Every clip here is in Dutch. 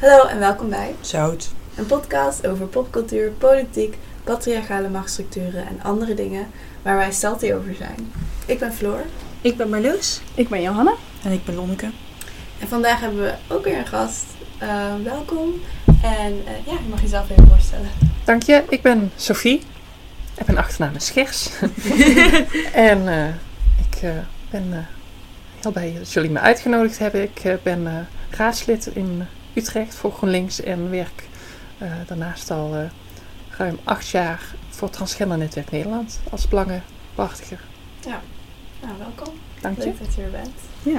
Hallo en welkom bij Zout. Een podcast over popcultuur, politiek, patriarchale machtsstructuren en andere dingen waar wij salty over zijn. Ik ben Floor. Ik ben Marloes. Ik ben Johanna. En ik ben Lonneke. En vandaag hebben we ook weer een gast. Welkom. En je mag jezelf even voorstellen. Dank je, ik ben Sophie. En mijn achternaam is Gers. En ik ben heel blij dat jullie me uitgenodigd hebben. Ik ben raadslid in Utrecht voor GroenLinks en werk daarnaast al ruim 8 jaar voor Transgender Netwerk Nederland als belangenbehartiger. Ja, nou welkom. Dank je. Leuk dat je er bent. Ja.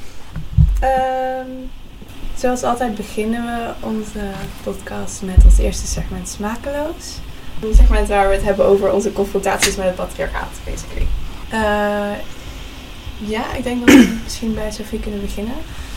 Zoals altijd beginnen we onze podcast met ons eerste segment Smakeloos. Een segment waar we het hebben over onze confrontaties met het patriarchaat, basically. Ja, ik denk dat we misschien bij Sophie kunnen beginnen.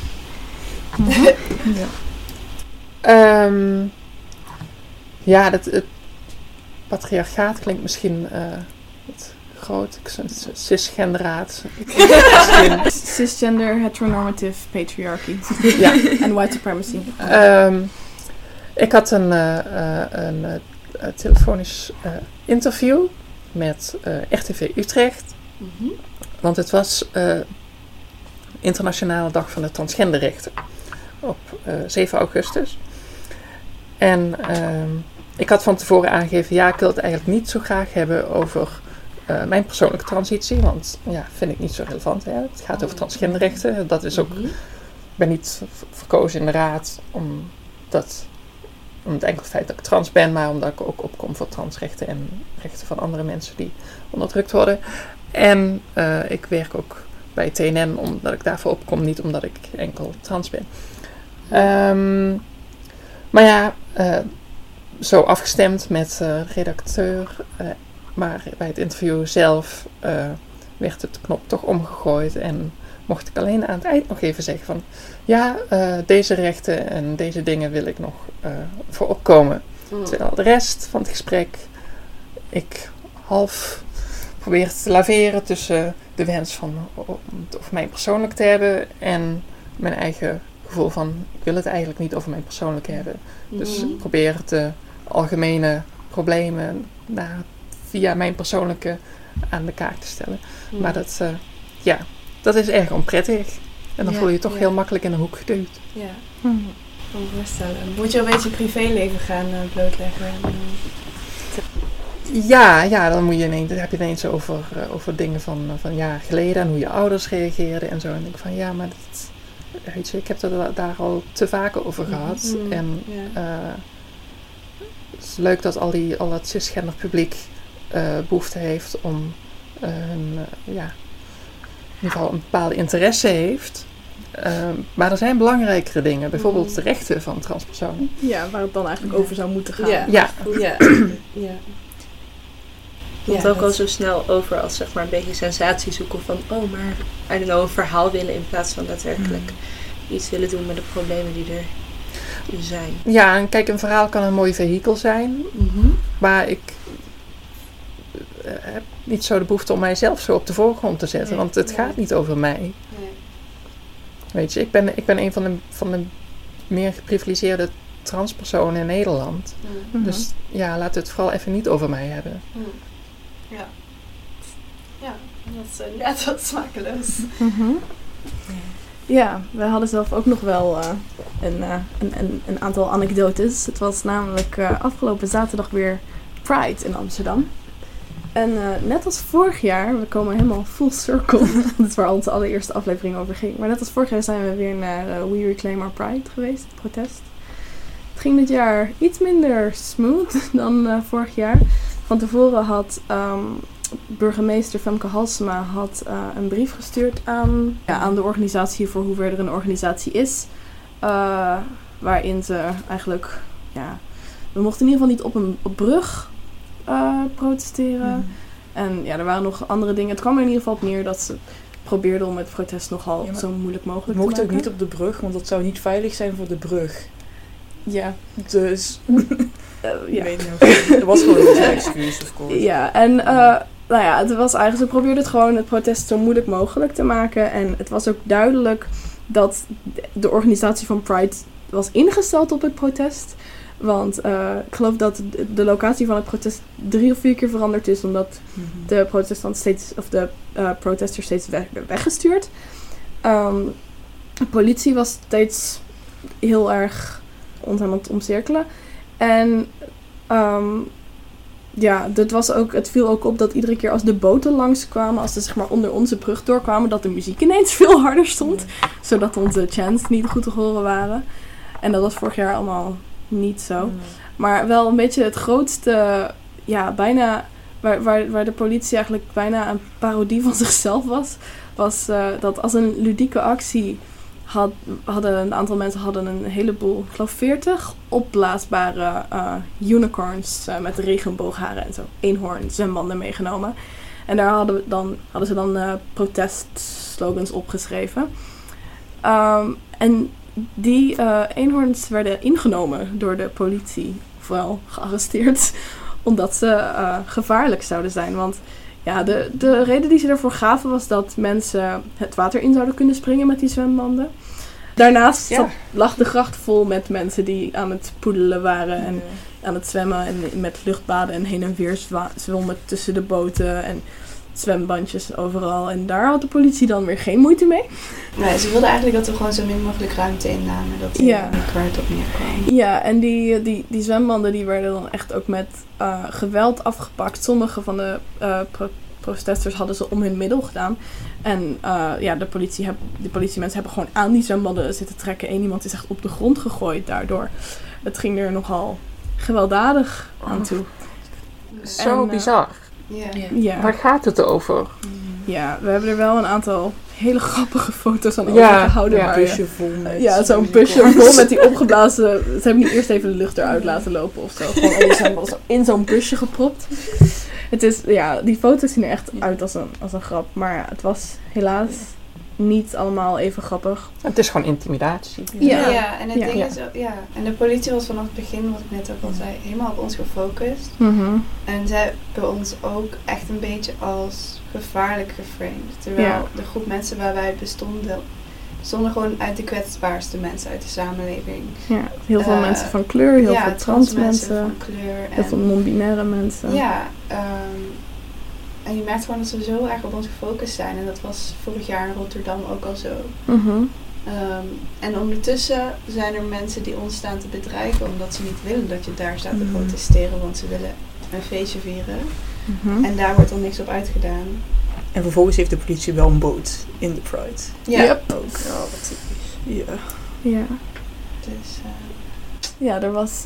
Het patriarchaat klinkt misschien wat groot. Cisgenderaad. Cisgender, heteronormative patriarchy. Ja. En white supremacy. Ik had een telefonisch interview met RTV Utrecht. Mm-hmm. Want het was Internationale Dag van de Transgenderrechten op 7 augustus. En ik had van tevoren aangegeven, ik wil het eigenlijk niet zo graag hebben over mijn persoonlijke transitie. Want vind ik niet zo relevant. Hè? Het gaat over transgenderrechten. Dat is ook, ik ben niet verkozen in de raad om het enkel feit dat ik trans ben, maar omdat ik ook opkom voor transrechten en rechten van andere mensen die onderdrukt worden. En ik werk ook bij TNN omdat ik daarvoor opkom, niet omdat ik enkel trans ben. Zo afgestemd met redacteur, maar bij het interview zelf werd de knop toch omgegooid en mocht ik alleen aan het eind nog even zeggen van deze rechten en deze dingen wil ik nog voor opkomen. Terwijl de rest van het gesprek ik half probeer te laveren tussen de wens van om het over mij persoonlijk te hebben en mijn eigen gevoel van ik wil het eigenlijk niet over mijn persoonlijk hebben. Dus ik probeer de algemene problemen via mijn persoonlijke aan de kaak te stellen. Maar dat is erg onprettig. En dan voel je je toch heel makkelijk in een hoek geduwd. Ja, kan me voorstellen. Moet je een beetje privéleven gaan blootleggen? Dan moet je dan heb je ineens over dingen van jaren geleden en hoe je ouders reageerden en zo. En ik denk van maar weet je, ik heb het daar al te vaak over gehad. En het is leuk dat al dat cisgender publiek behoefte heeft om in ieder geval een bepaalde interesse heeft. Maar er zijn belangrijkere dingen. Bijvoorbeeld de rechten van transpersonen. Ja, waar het dan eigenlijk over zou moeten gaan. Ja. Het komt ook al zo snel over als zeg maar een beetje sensatie zoeken van maar een verhaal willen in plaats van daadwerkelijk iets willen doen met de problemen die er zijn. Ja, en kijk, een verhaal kan een mooi vehikel zijn. Maar ik heb niet zo de behoefte om mijzelf zo op de voorgrond te zetten. Want het gaat niet over mij. Nee. Weet je, ik ben een van de meer geprivilegeerde transpersonen in Nederland. Dus laat het vooral even niet over mij hebben. Ja, dat is inderdaad wat smakeloos. Ja, we hadden zelf ook nog wel een aantal anekdotes. Het was namelijk afgelopen zaterdag weer Pride in Amsterdam. En net als vorig jaar, we komen helemaal full circle. Dat is waar onze allereerste aflevering over ging. Maar net als vorig jaar zijn we weer naar We Reclaim Our Pride geweest, het protest. Het ging dit jaar iets minder smooth dan vorig jaar. Van tevoren had burgemeester Femke Halsema een brief gestuurd aan de organisatie voor hoe er een organisatie is. Waarin ze eigenlijk, we mochten in ieder geval niet op brug protesteren. En er waren nog andere dingen. Het kwam er in ieder geval op neer dat ze probeerden om het protest nogal zo moeilijk mogelijk te maken. Het mocht ook niet op de brug, want dat zou niet veilig zijn voor de brug. Ja. Dus... Ik weet niet. Er was gewoon een excuus, of course. Ja, en het was eigenlijk, ze probeerden het gewoon het protest zo moeilijk mogelijk te maken. En het was ook duidelijk dat de organisatie van Pride was ingesteld op het protest. Want ik geloof dat de locatie van het protest 3 of 4 keer veranderd is. Omdat de protesters steeds werden weggestuurd. De politie was steeds heel erg ons aan het omcirkelen. En het viel ook op dat iedere keer als de boten langskwamen, als ze zeg maar onder onze brug doorkwamen, dat de muziek ineens veel harder stond. Zodat onze chants niet goed te horen waren. En dat was vorig jaar allemaal niet zo. Maar wel een beetje het grootste, bijna, waar de politie eigenlijk bijna een parodie van zichzelf was dat als een ludieke actie hadden een aantal mensen een heleboel, ik geloof 40 opblaasbare unicorns met regenboogharen en zo eenhoorn zwembanden meegenomen. En daar hadden ze dan protestslogans opgeschreven. En die eenhoorns werden ingenomen door de politie, ofwel gearresteerd, omdat ze gevaarlijk zouden zijn. Want ja, de reden die ze ervoor gaven was dat mensen het water in zouden kunnen springen met die zwembanden. Daarnaast lag de gracht vol met mensen die aan het poedelen waren en aan het zwemmen en met luchtbaden en heen en weer zwommen tussen de boten en zwembandjes overal. En daar had de politie dan weer geen moeite mee. Nee, ze wilden eigenlijk dat we gewoon zo min mogelijk ruimte innamen. Dat die kwart op neerkwam. Ja, en die zwembanden die werden dan echt ook met geweld afgepakt. Sommige van de protesters hadden ze om hun middel gedaan. En de politiemensen hebben gewoon aan die zwembanden zitten trekken. Eén iemand is echt op de grond gegooid daardoor. Het ging er nogal gewelddadig aan toe. Zo bizar. Ja. Waar gaat het over? Ja, we hebben er wel een aantal hele grappige foto's aan overgehouden. Ja, busje vol met... zo'n busje vol met die opgeblazen... Ze hebben niet eerst even de lucht eruit laten lopen of zo. Gewoon al die zwemballen zo in zo'n busje gepropt. Het is, die foto's zien er echt uit als een grap. Maar het was helaas niet allemaal even grappig. Het is gewoon intimidatie. Ja, en het ding is... En de politie was vanaf het begin, wat ik net ook al zei, helemaal op ons gefocust. Mm-hmm. En zij hebben ons ook echt een beetje als gevaarlijk geframed. Terwijl de groep mensen waar wij bestonden gewoon uit de kwetsbaarste mensen uit de samenleving. Ja, heel veel mensen van kleur, heel veel trans mensen van kleur. Heel veel non-binaire mensen. Ja, en je merkt gewoon dat ze zo erg op ons gefocust zijn. En dat was vorig jaar in Rotterdam ook al zo. Mm-hmm. En ondertussen zijn er mensen die ons staan te bedreigen omdat ze niet willen dat je daar staat te protesteren. Want ze willen een feestje vieren. Mm-hmm. En daar wordt dan niks op uitgedaan. En vervolgens heeft de politie wel een boot in de Pride. Ja. Yep. Ook. Ja, wat typisch. Ja. Ja. Dus, ja, er was...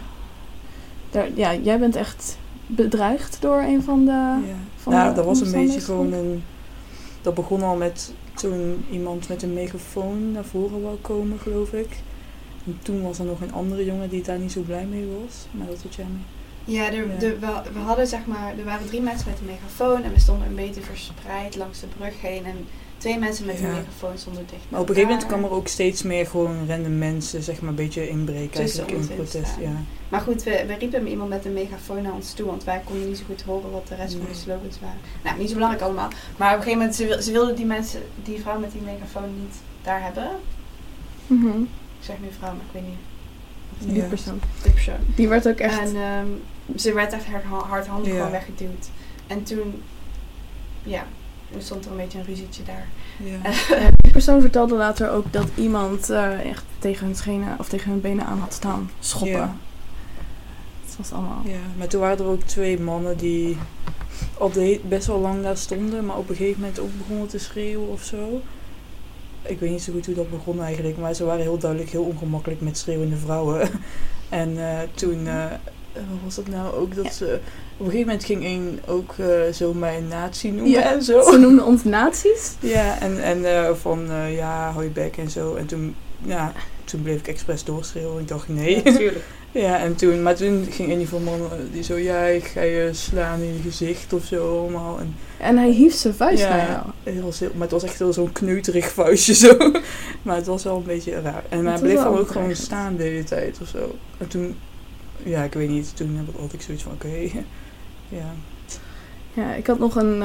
jij bent echt bedreigd door een van de... Dat was een beetje gewoon dat begon al met toen iemand met een megafoon naar voren wou komen, geloof ik. En toen was er nog een andere jongen die daar niet zo blij mee was. Maar dat had jij mee. Ja, we hadden zeg maar, er waren 3 mensen met een megafoon en we stonden een beetje verspreid langs de brug heen en 2 mensen met een megafoon stonden dicht. Maar op een gegeven moment kwam er ook steeds meer gewoon random mensen, zeg maar, een beetje inbreken eigenlijk in het protest. Ja. Maar goed, we riepen iemand met een megafoon naar ons toe, want wij konden niet zo goed horen wat de rest van de slogans waren. Nou, niet zo belangrijk allemaal. Maar op een gegeven moment, ze wilden die vrouw met die megafoon niet daar hebben. Mm-hmm. Ik zeg nu vrouw, maar ik weet niet. Die persoon. Die werd ook echt... En ze werd echt hardhandig gewoon weggeduwd. En toen, stond er een beetje een ruzietje daar. Ja. Die persoon vertelde later ook dat iemand echt tegen hun schenen of tegen hun benen aan had staan schoppen. Ja. Dat was allemaal... Ja, maar toen waren er ook 2 mannen die al best wel lang daar stonden, maar op een gegeven moment ook begonnen te schreeuwen of zo. Ik weet niet zo goed hoe dat begon eigenlijk, maar ze waren heel duidelijk heel ongemakkelijk met schreeuwende vrouwen. En toen, wat was dat nou ook, dat ze... Op een gegeven moment ging een ook zo mij een nazi noemen en zo. Ze noemden ons nazi's? Ja, en hou je bek en zo. En toen bleef ik expres doorschreeuwen. Ik dacht, nee. Ja, natuurlijk. Maar toen ging een van mannen die zo, ik ga je slaan in je gezicht of zo allemaal. En hij hief zijn vuist naar jou. Maar het was echt heel zo'n kneuterig vuistje zo. Maar het was wel een beetje raar. En hij bleef dan ook gewoon staan de hele tijd of zo. En toen, ik weet niet, toen had ik zoiets van, oké. Ja. Ja, ik had nog een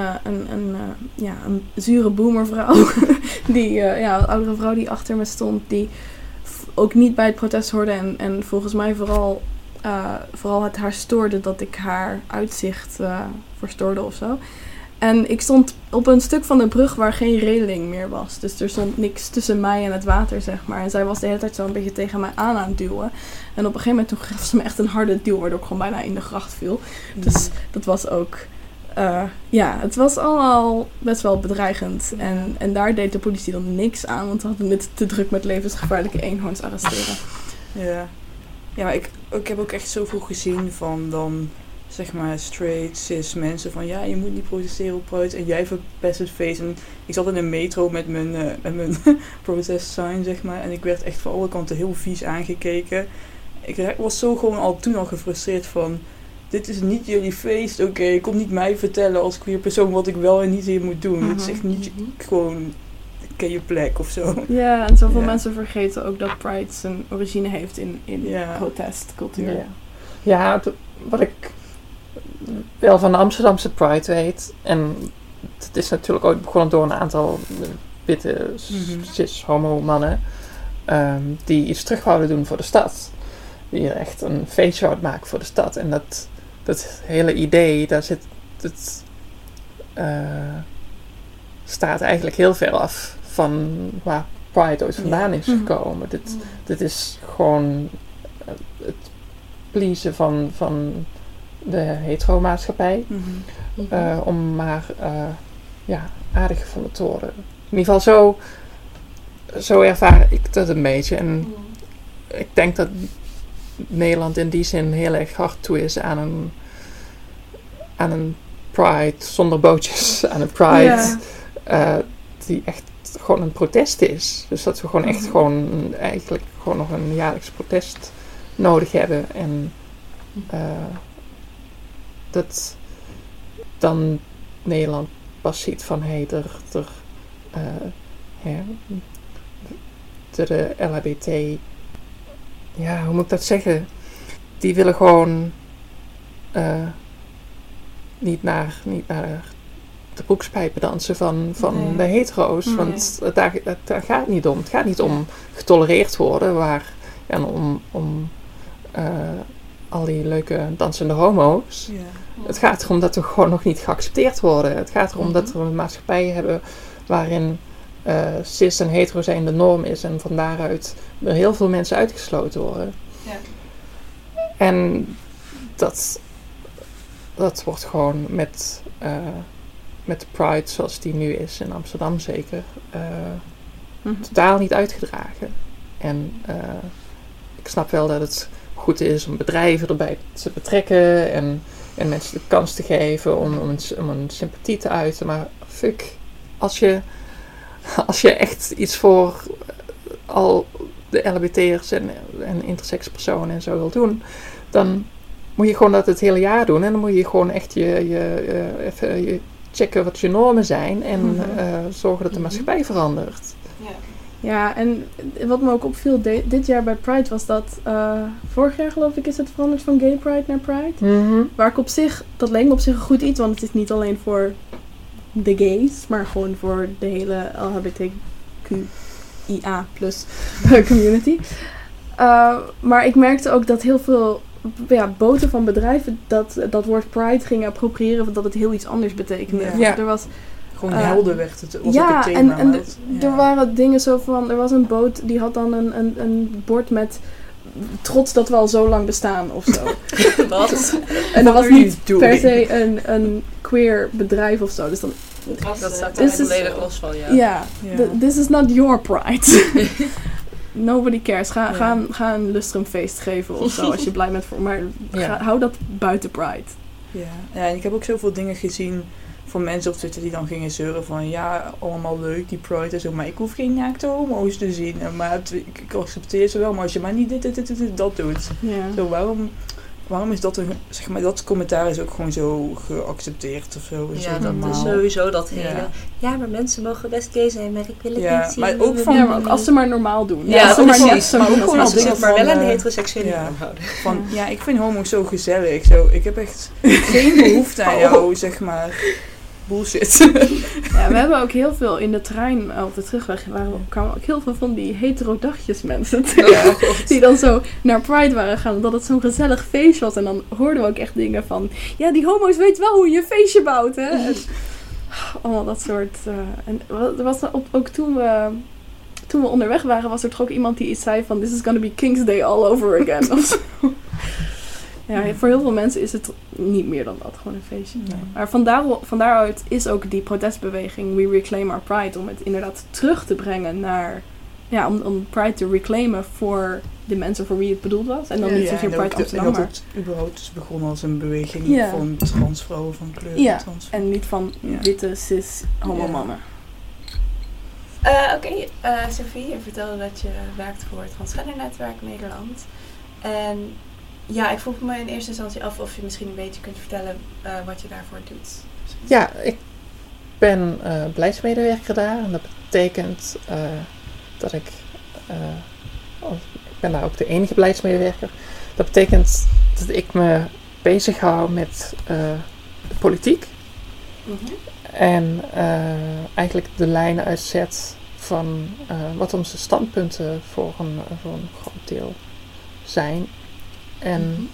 zure boomervrouw. Een oudere vrouw die achter me stond. Die ook niet bij het protest hoorde. En volgens mij vooral het haar stoorde dat ik haar uitzicht verstoorde of zo. En ik stond op een stuk van de brug waar geen reling meer was. Dus er stond niks tussen mij en het water, zeg maar. En zij was de hele tijd zo een beetje tegen mij aan het duwen. En op een gegeven moment toen gaf ze me echt een harde duw, waardoor ik gewoon bijna in de gracht viel. Dus dat was ook... het was allemaal best wel bedreigend. En daar deed de politie dan niks aan, want ze hadden het te druk met levensgevaarlijke eenhoorns arresteren. Ja, maar ik heb ook echt zoveel gezien van dan, zeg maar, straight, cis mensen van ja, je moet niet protesteren op Pride en jij verpest het feest. En ik zat in de metro met mijn protest sign, zeg maar, en ik werd echt van alle kanten heel vies aangekeken. Ik was zo gewoon al gefrustreerd van, dit is niet jullie feest, oké, kom niet mij vertellen als queer persoon wat ik wel en niet hier moet doen. Het is echt niet gewoon, ken je plek of zo. Ja, en zoveel mensen vergeten ook dat Pride zijn origine heeft in protestcultuur. Ja, wat ik wel van de Amsterdamse Pride weet, en het is natuurlijk ooit begonnen door een aantal witte cis-homo mannen die iets terug wouden doen voor de stad. Die er echt een feestje uit maken voor de stad. En dat hele idee, daar zit het staat eigenlijk heel ver af van waar Pride ooit vandaan is gekomen. Dit is gewoon het pleasen van de hetero-maatschappij. Om maar aardig gevonden te worden. In ieder geval zo ervaar ik dat een beetje. En ik denk dat Nederland in die zin heel erg hard toe is aan een Pride zonder bootjes. Aan een Pride die echt gewoon een protest is. Dus dat we gewoon echt eigenlijk nog een jaarlijks protest nodig hebben. En dat dan Nederland pas ziet van de LHBT, hoe moet ik dat zeggen? Die willen gewoon niet naar de broekspijpen dansen van de hetero's. Want daar gaat het niet om. Het gaat niet om getolereerd worden en om al die leuke dansende homo's. Ja. Het gaat erom dat we gewoon nog niet geaccepteerd worden. Het gaat erom dat we een maatschappij hebben waarin cis en hetero zijn de norm is en van daaruit er heel veel mensen uitgesloten worden. Ja. En dat wordt gewoon met de Pride zoals die nu is in Amsterdam zeker totaal niet uitgedragen. En ik snap wel dat het goed is om bedrijven erbij te betrekken en mensen de kans te geven om een sympathie te uiten. Maar fuck, als je echt iets voor al de LHBT'ers en intersex personen en zo wil doen, dan moet je gewoon dat het hele jaar doen. En dan moet je gewoon echt je checken wat je normen zijn en zorgen dat de maatschappij verandert. Ja. Ja, en wat me ook opviel dit jaar bij Pride was dat vorig jaar geloof ik is het veranderd van Gay Pride naar Pride. Waar ik dat leek me op zich een goed iets, want het is niet alleen voor de gays, maar gewoon voor de hele LHBTQIA+ community. Maar ik merkte ook dat heel veel boten van bedrijven dat woord Pride gingen appropriëren, dat het heel iets anders betekende. Ja. Er was gewoon helder werd het. Was ook het thema. En er waren dingen zo van, er was een boot die had dan een bord met trots dat we al zo lang bestaan of zo. Wat? En dat was niet per se een queer bedrijf of zo. Dus dan, dat staat er volledig los van, this is not your pride. Nobody cares. Ga een lustrumfeest geven of zo als je blij bent voor. Maar hou dat buiten Pride. Ja, en ik heb ook zoveel dingen gezien van mensen op Twitter die dan gingen zeuren van ja, allemaal leuk, die Pride en zo, maar ik hoef geen naakte homo's te zien. Maar ik accepteer ze wel, maar als je maar niet dit dat doet. Ja. Zo, waarom is dat zeg maar, dat commentaar is ook gewoon zo geaccepteerd of zo? Ja, dat is sowieso dat hele... Ja, maar mensen mogen best gay zijn, maar ik wil het niet zien. Maar ook van... maar ook als ze maar normaal doen. Ja, als ze maar niet maar ook gewoon als dingen ze maar wel aan de heteroseksuele norm houden. Van, ik vind homo's zo gezellig. Zo, ik heb echt geen behoefte aan jou, zeg maar. bullshit. Ja, we hebben ook heel veel in de trein op de terugweg. Kwamen ook heel veel van die heterodagjes mensen tegen. Die dan zo naar Pride waren gaan. Omdat het zo'n gezellig feest was. En dan hoorden we ook echt dingen van... Ja, die homo's weten wel hoe je een feestje bouwt, hè. En, allemaal dat soort... en er was ook toen we onderweg waren... was er toch ook iemand die iets zei van... This is gonna be King's Day all over again. Of zo. Ja, voor heel veel mensen is het niet meer dan dat. Gewoon een feestje. Nee. Maar van daaruit is ook die protestbeweging We Reclaim Our Pride. Om het inderdaad terug te brengen naar... Ja, om Pride te reclaimen voor de mensen voor wie het bedoeld was. En dan niet zozeer Pride Amsterdam, dat maar... het überhaupt is begonnen als een beweging van transvrouwen van kleur. Ja, en niet van witte, cis, homo mannen. Oké, Sophie, je vertelde dat je werkt voor het Transgendernetwerk Nederland. En ja, ik vroeg me in eerste instantie af of je misschien een beetje kunt vertellen wat je daarvoor doet. Ja, ik ben beleidsmedewerker daar. En dat betekent dat ik ben daar ook de enige beleidsmedewerker. Dat betekent dat ik me bezighoud met de politiek. Mm-hmm. En eigenlijk de lijnen uitzet van wat onze standpunten voor een groot deel zijn. En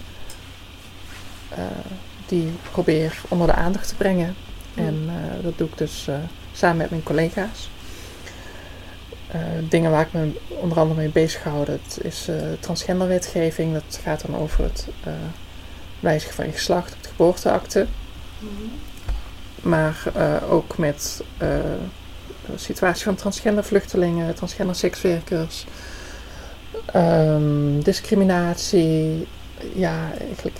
die probeer onder de aandacht te brengen. En dat doe ik dus samen met mijn collega's. Dingen waar ik me onder andere mee bezig hou, dat is transgenderwetgeving. Dat gaat dan over het wijzigen van je geslacht op de geboorteakte. Mm-hmm. Maar ook met de situatie van transgender vluchtelingen, transgender sekswerkers, discriminatie, ja, eigenlijk.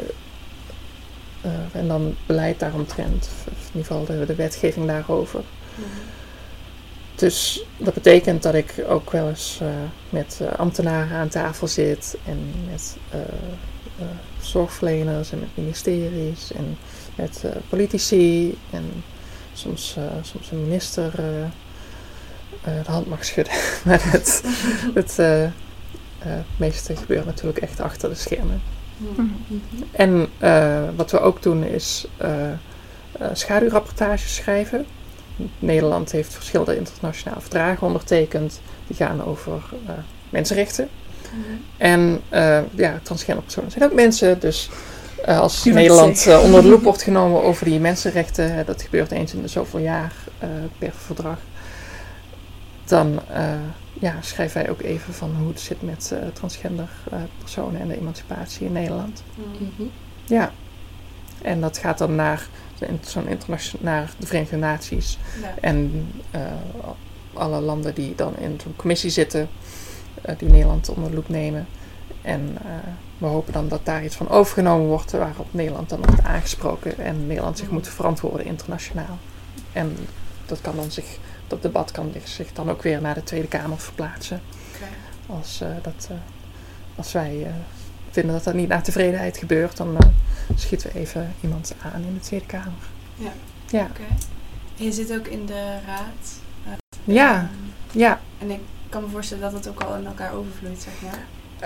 En dan beleid daaromtrent, in ieder geval de wetgeving daarover. Mm-hmm. Dus dat betekent dat ik ook wel eens met ambtenaren aan tafel zit en met zorgverleners en met ministeries en met politici en soms een minister de hand mag schudden. Maar het meeste gebeurt natuurlijk echt achter de schermen. Mm-hmm. En wat we ook doen is schaduwrapportages schrijven. Nederland heeft verschillende internationale verdragen ondertekend. Die gaan over mensenrechten. Mm-hmm. En transgender personen zijn ook mensen. Dus als Nederland onder de loep wordt genomen over die mensenrechten, dat gebeurt eens in de zoveel jaar per verdrag, dan schrijven wij ook even van hoe het zit met transgender personen en de emancipatie in Nederland. Mm-hmm. Ja, en dat gaat dan naar de Verenigde Naties en alle landen die dan in zo'n commissie zitten, die Nederland onder de loep nemen. En we hopen dan dat daar iets van overgenomen wordt waarop Nederland dan wordt aangesproken en Nederland zich moet verantwoorden internationaal. En dat debat kan zich dan ook weer naar de Tweede Kamer verplaatsen. Okay. Als wij vinden dat niet naar tevredenheid gebeurt, dan schieten we even iemand aan in de Tweede Kamer. Ja. Ja. Okay. En je zit ook in de raad. Ja. En ik kan me voorstellen dat het ook al in elkaar overvloeit, zeg maar.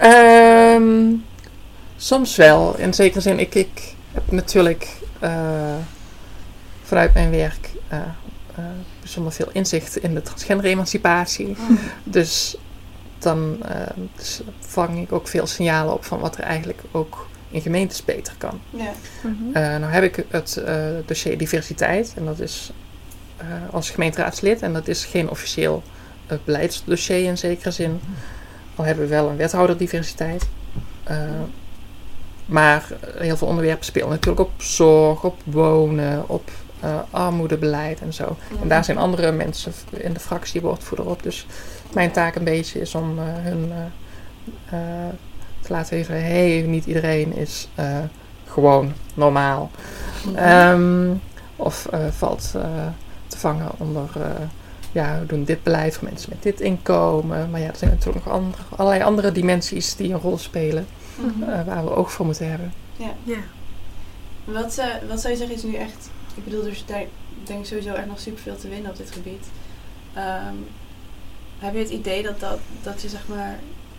Soms wel. In zekere zin, ik heb natuurlijk vanuit mijn werk bijzonder veel inzicht in de transgender-emancipatie. Mm. Dus dan vang ik ook veel signalen op van wat er eigenlijk ook in gemeentes beter kan. Ja. Mm-hmm. Nou heb ik het dossier diversiteit en dat is als gemeenteraadslid en dat is geen officieel beleidsdossier in zekere zin. Al hebben we wel een wethouder diversiteit. Maar heel veel onderwerpen spelen natuurlijk op zorg, op wonen, op armoedebeleid en zo. Ja. En daar zijn andere mensen in de fractie woordvoerder op. Dus mijn taak een beetje is om hun te laten weten, niet iedereen is gewoon normaal. Of valt te vangen onder, we doen dit beleid voor mensen met dit inkomen. Maar ja, er zijn natuurlijk nog allerlei andere dimensies die een rol spelen. Mm-hmm. Waar we oog voor moeten hebben. Ja. Wat zou je zeggen is nu echt... Ik bedoel, dus daar denk ik sowieso echt nog superveel te winnen op dit gebied. Heb je het idee dat je zeg maar...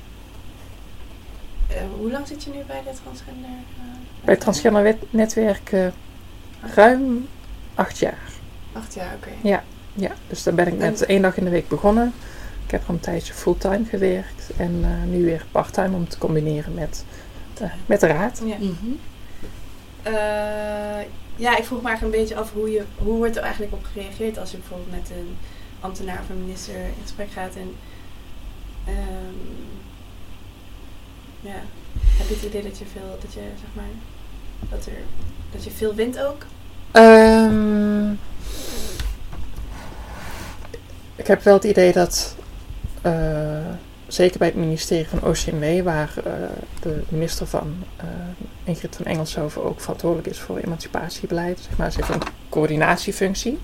hoe lang zit je nu bij het transgender? Bij het transgender netwerk ruim 8 jaar. 8 jaar, oké. Ja, dus daar ben ik net 1 dag in de week begonnen. Ik heb er een tijdje fulltime gewerkt. En nu weer parttime om te combineren met de raad. Ja. Ja, ik vroeg me eigenlijk een beetje af hoe wordt er eigenlijk op gereageerd als je bijvoorbeeld met een ambtenaar of een minister in gesprek gaat. En heb je het idee dat je veel wint ook? Ik heb wel het idee dat zeker bij het ministerie van OCMW, waar de minister van Ingrid van Engelshoven ook verantwoordelijk is voor emancipatiebeleid, zeg maar, ze heeft een coördinatiefunctie.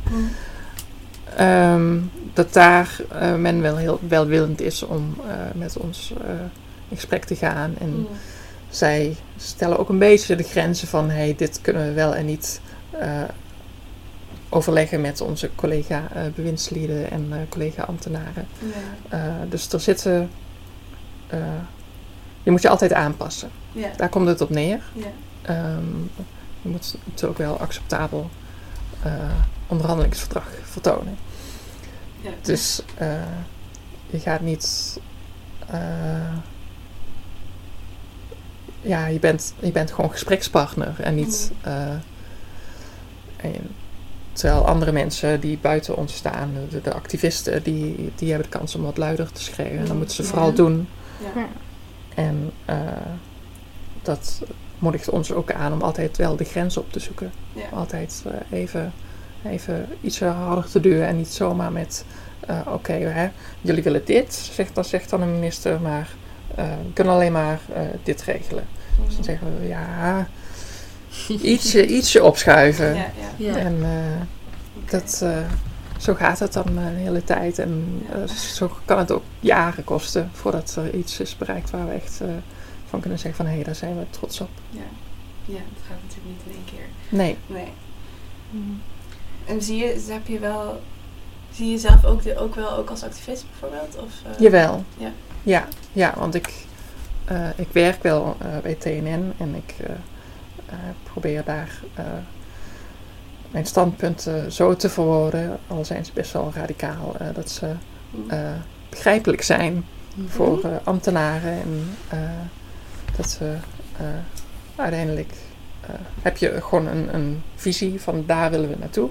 Dat daar men wel heel welwillend is om met ons in gesprek te gaan. En zij stellen ook een beetje de grenzen van dit kunnen we wel en niet overleggen met onze collega bewindslieden en collega ambtenaren. Ja. Dus er zitten... je moet je altijd aanpassen. Ja. Daar komt het op neer. Ja. Je moet natuurlijk wel acceptabel onderhandelingsverdrag vertonen. Ja. Dus je gaat niet... je bent gewoon gesprekspartner en niet... terwijl andere mensen die buiten ons staan, de activisten, die hebben de kans om wat luider te schreeuwen. En dat moeten ze vooral doen. Ja. En dat moedigt ons ook aan om altijd wel de grens op te zoeken. Ja. Altijd even iets harder te duwen en niet zomaar met... jullie willen dit, zegt dan een minister, maar we kunnen alleen maar dit regelen. Dus dan zeggen we, ietsje opschuiven. Ja. En zo gaat het dan een hele tijd. En zo kan het ook jaren kosten voordat er iets is bereikt waar we echt van kunnen zeggen van daar zijn we trots op. Ja, dat gaat natuurlijk niet in één keer. Nee. En zie je jezelf ook als activist bijvoorbeeld? Of, Jawel. Ja, want ik werk wel bij TNN en ik probeer daar mijn standpunten zo te verwoorden, al zijn ze best wel radicaal, dat ze begrijpelijk zijn voor ambtenaren en dat ze uiteindelijk heb je gewoon een visie van daar willen we naartoe.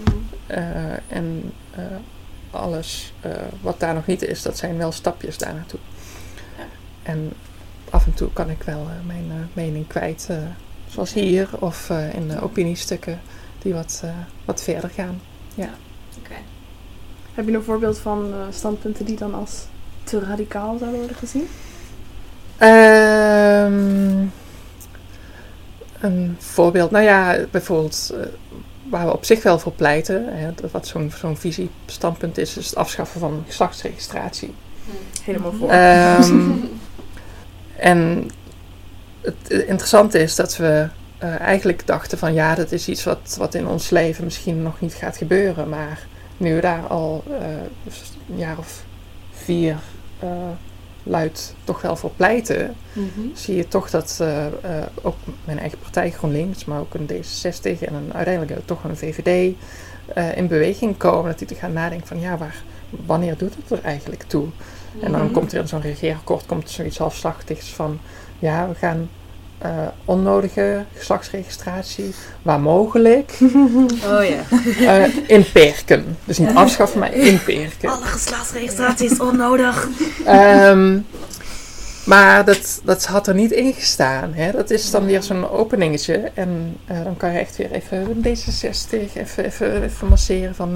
En alles wat daar nog niet is, dat zijn wel stapjes daar naartoe. Ja. En af en toe kan ik wel mijn mening kwijt, zoals hier of in de opiniestukken die wat verder gaan. Ja. Okay. Heb je een voorbeeld van standpunten die dan als te radicaal zouden worden gezien? Een voorbeeld, bijvoorbeeld waar we op zich wel voor pleiten, wat zo'n visiestandpunt is het afschaffen van geslachtsregistratie. Helemaal voor. En het interessante is dat we eigenlijk dachten van dat is iets wat in ons leven misschien nog niet gaat gebeuren, maar nu we daar al een jaar of 4 luid toch wel voor pleiten, zie je toch dat ook mijn eigen partij GroenLinks, maar ook een D66 en uiteindelijk toch een VVD in beweging komen, dat die te gaan nadenken van wanneer doet het er eigenlijk toe? En dan komt er in zo'n regeerakkoord zoiets halfslachtigs van we gaan onnodige geslachtsregistratie, waar mogelijk, inperken. Dus niet afschaffen, maar inperken. Alle geslachtsregistratie is onnodig. Maar dat had er niet in gestaan. Hè? Dat is dan weer zo'n openingetje. En dan kan je echt weer even D66 even masseren van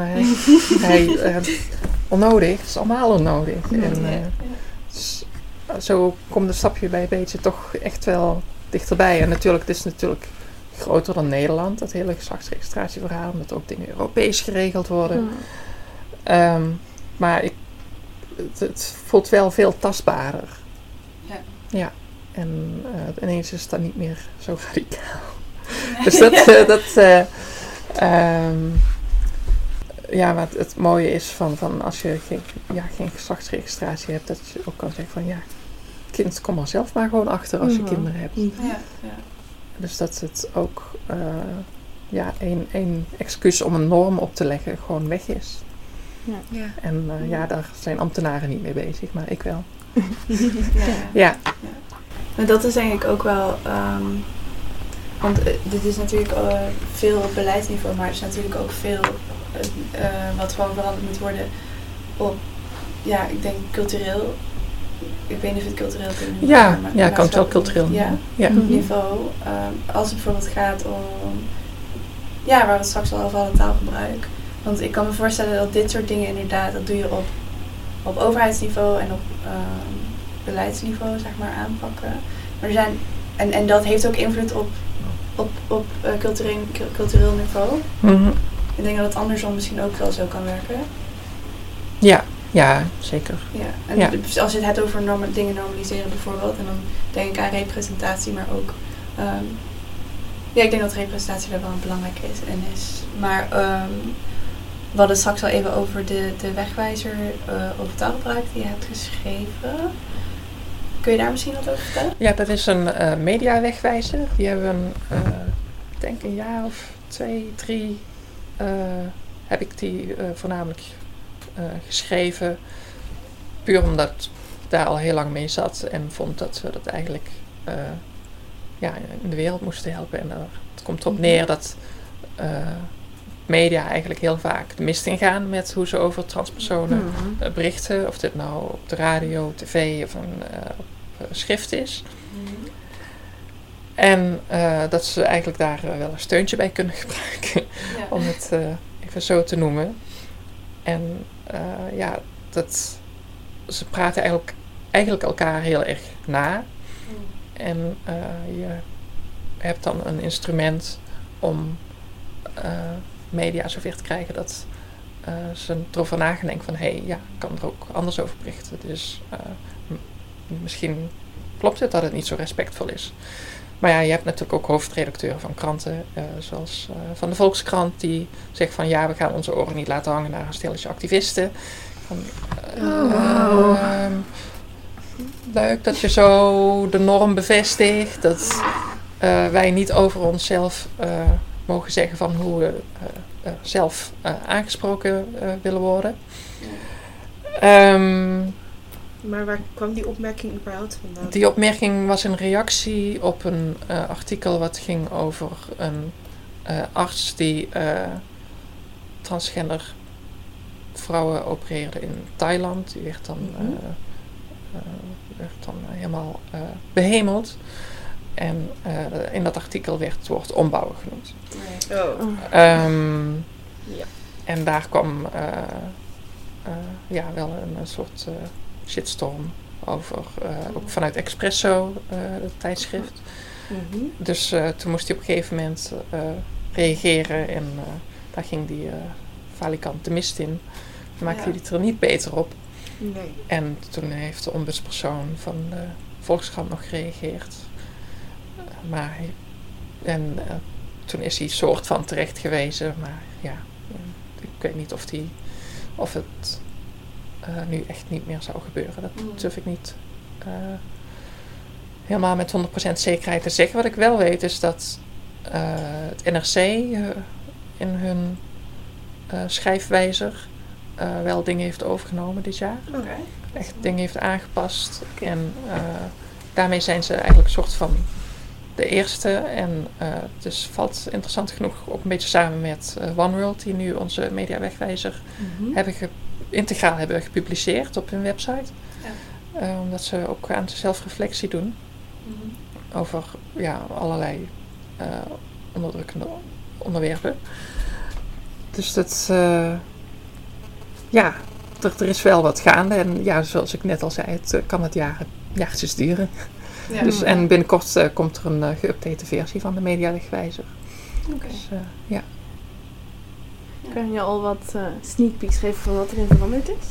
onnodig. Het is allemaal onnodig. En zo komt de stapje bij een beetje toch echt wel dichterbij. En natuurlijk, het is natuurlijk groter dan Nederland, dat hele geslachtsregistratieverhaal, omdat ook dingen Europees geregeld worden. Maar het voelt wel veel tastbaarder. Ja. En ineens is het dan niet meer zo radicaal. Nee. Dus wat het mooie is van als je geen geslachtsregistratie hebt, dat je ook kan zeggen van kind, kom er zelf maar gewoon achter als je kinderen hebt. Ja. Dus dat het ook één excuus om een norm op te leggen gewoon weg is. Ja. En daar zijn ambtenaren niet mee bezig, maar ik wel. Ja. Maar dat is denk ik ook wel... want dit is natuurlijk veel op beleidsniveau, maar er is natuurlijk ook veel wat gewoon veranderd moet worden op, ik denk cultureel. Ik weet niet of het cultureel kunnen noemen. Ja, kan het wel cultureel noemen. Ja, niveau. Als het bijvoorbeeld gaat om... Ja, waar we het straks al over hadden, taalgebruik. Want ik kan me voorstellen dat dit soort dingen inderdaad, dat doe je op overheidsniveau en op beleidsniveau, zeg maar, aanpakken. Maar er zijn... En dat heeft ook invloed op cultureel niveau. Mm-hmm. Ik denk dat het andersom misschien ook wel zo kan werken. Ja, zeker. Ja. En als je het hebt over dingen normaliseren bijvoorbeeld, en dan denk ik aan representatie, maar ook... ik denk dat representatie daar wel belangrijk is. Maar we hadden straks al even over de wegwijzer over taalgebruik die je hebt geschreven. Kun je daar misschien wat over vertellen? Ja, dat is een mediawegwijzer. Die hebben ik denk een jaar of 2, 3 heb ik die voornamelijk geschreven. Puur omdat ik daar al heel lang mee zat en vond dat we dat eigenlijk in de wereld moesten helpen. En het komt erop neer dat media eigenlijk heel vaak de mist ingaan met hoe ze over transpersonen berichten. Of dit nou op de radio, tv of op schrift is. En dat ze eigenlijk daar wel een steuntje bij kunnen gebruiken. Om het even zo te noemen. En ze praten eigenlijk elkaar heel erg na. En je hebt dan een instrument om media zover te krijgen dat ze erover na gaan denken van ik kan er ook anders over berichten. Dus misschien klopt het dat het niet zo respectvol is. Maar je hebt natuurlijk ook hoofdredacteuren van kranten, zoals van de Volkskrant, die zegt van we gaan onze oren niet laten hangen naar een stelletje activisten. Leuk dat je zo de norm bevestigt, dat wij niet over onszelf mogen zeggen van hoe we zelf aangesproken willen worden. Maar waar kwam die opmerking überhaupt vandaan? Die opmerking was een reactie op een artikel wat ging over een arts die transgender vrouwen opereerde in Thailand. Die werd dan helemaal behemeld. En in dat artikel werd het woord ombouwen genoemd. En daar kwam wel een soort shitstorm over. Ook vanuit Expresso, het tijdschrift. Dus toen moest hij op een gegeven moment reageren. En daar ging die falikant de mist in. Maakte hij het er niet beter op. Nee. En toen heeft de ombudspersoon van de Volkskrant nog gereageerd. Toen is hij soort van terecht gewezen. Maar ik weet niet of het nu echt niet meer zou gebeuren. Dat durf ik niet helemaal met 100% zekerheid te zeggen. Wat ik wel weet is dat het NRC in hun schrijfwijzer wel dingen heeft overgenomen dit jaar. Echt dingen heeft aangepast. En daarmee zijn ze eigenlijk een soort van de eerste. En dus valt interessant genoeg ook een beetje samen met OneWorld, die nu onze mediawegwijzer integraal hebben gepubliceerd op hun website. Omdat ze ook aan de zelfreflectie doen over allerlei onderdrukkende onderwerpen. Dus dat er is wel wat gaande. En zoals ik net al zei, het kan het jaartjes duren. Ja. Dus, en binnenkort komt er een geüpdate versie van de mediawegwijzer. Dus, Kun je al wat sneak peeks geven van wat erin veranderd is?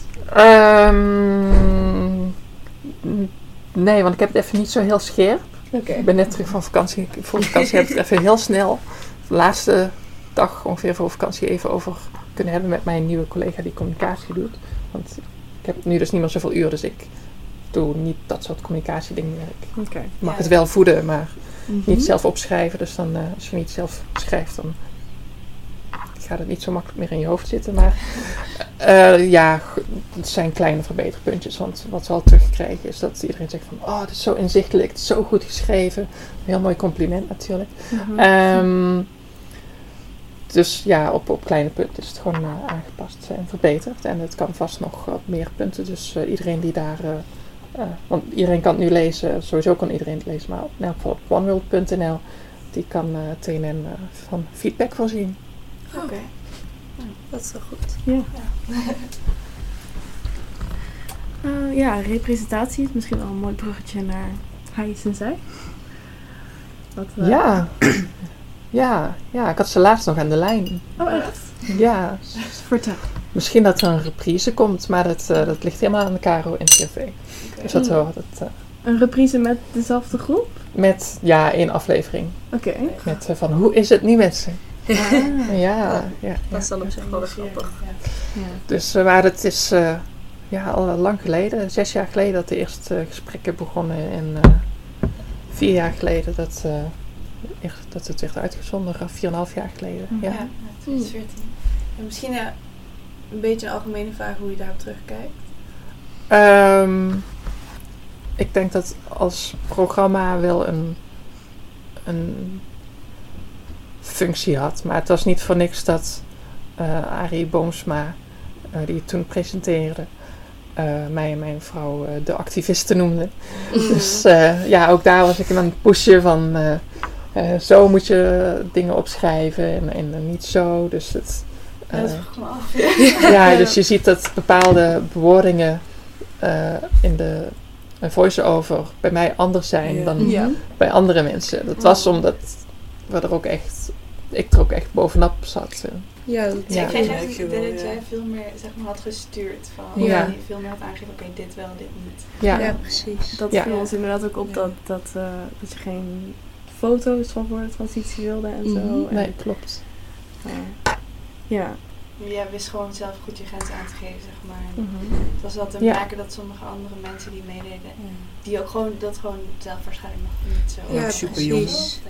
Nee, want ik heb het even niet zo heel scherp. Ik ben net terug van vakantie. Voor vakantie heb ik het even heel snel, de laatste dag ongeveer voor vakantie, even over kunnen hebben met mijn nieuwe collega die communicatie doet. Want ik heb nu dus niet meer zoveel uur, dus ik doe niet dat soort communicatiedingen. Ik mag het wel voeden, maar niet zelf opschrijven. Dus dan, als je niet zelf schrijft, dan gaat het niet zo makkelijk meer in je hoofd zitten. Maar het zijn kleine verbeterpuntjes. Want wat we al terugkrijgen is dat iedereen zegt van... Oh, het is zo inzichtelijk, het is zo goed geschreven. Een heel mooi compliment natuurlijk. Dus ja, op kleine punten is het gewoon aangepast en verbeterd. En het kan vast nog op meer punten. Dus iedereen die daar... want iedereen kan het nu lezen. Sowieso kan iedereen het lezen. Maar in elk geval op oneworld.nl. Die kan TNN van feedback voorzien. Oké. Dat is wel goed. Ja. Representatie is misschien wel een mooi bruggetje naar Hij Sensei. Ja, ik had ze laatst nog aan de lijn. Oh, echt? Ja. Vertel. Misschien dat er een reprise komt, maar dat ligt helemaal aan de KRO en TV. Okay. Dus dat hoort het. Een reprise met dezelfde groep? Met, 1 aflevering. Oké. Met van, hoe is het nu met ze? Ja. Dat is dan op zich wel grappig. Ja. Dus maar het is al lang geleden, 6 jaar geleden dat de eerste gesprekken begonnen. En 4 jaar geleden dat het werd uitgezonden, 4,5 jaar geleden. Ja, 2014. En misschien een beetje een algemene vraag hoe je daarop terugkijkt. Ik denk dat als programma wel een functie had. Maar het was niet voor niks dat Arie Boomsma, die het toen presenteerde, mij en mijn vrouw de activisten noemde. Dus ook daar was ik aan het pushen van zo moet je dingen opschrijven en niet zo. Dus het... dat vroeg me af. Dus je ziet dat bepaalde bewoordingen in de voice-over bij mij anders zijn dan bij andere mensen. Dat was omdat ik er ook echt bovenop zat. Ik kreeg eigenlijk het idee dat jij veel meer had gestuurd. Van veel meer had aangegeven, oké, dit wel, dit niet. Ja, precies. Dat viel ons inderdaad ook op dat je geen foto's van voor de transitie wilde en zo. Nee, klopt. Ja. Jij wist gewoon zelf goed je grenzen aan te geven, zeg maar. Het was wel te merken dat sommige andere mensen die meededen, die ook gewoon zelf waarschijnlijk nog niet zo... Ja, super jong.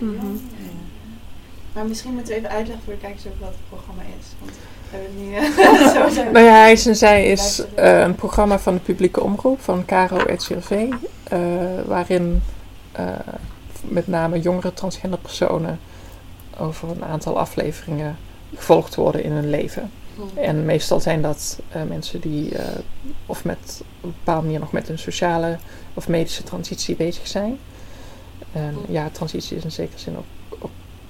Maar misschien moeten we even uitleggen voor de kijkers ook wat het programma is. Want we hebben het nu... Hij en Zij is een programma van de publieke omroep van KRO-NCRV. Waarin met name jongere transgender personen over een aantal afleveringen gevolgd worden in hun leven. En meestal zijn dat mensen die of op een bepaalde manier nog met een sociale of medische transitie bezig zijn. En transitie is in zekere zin ook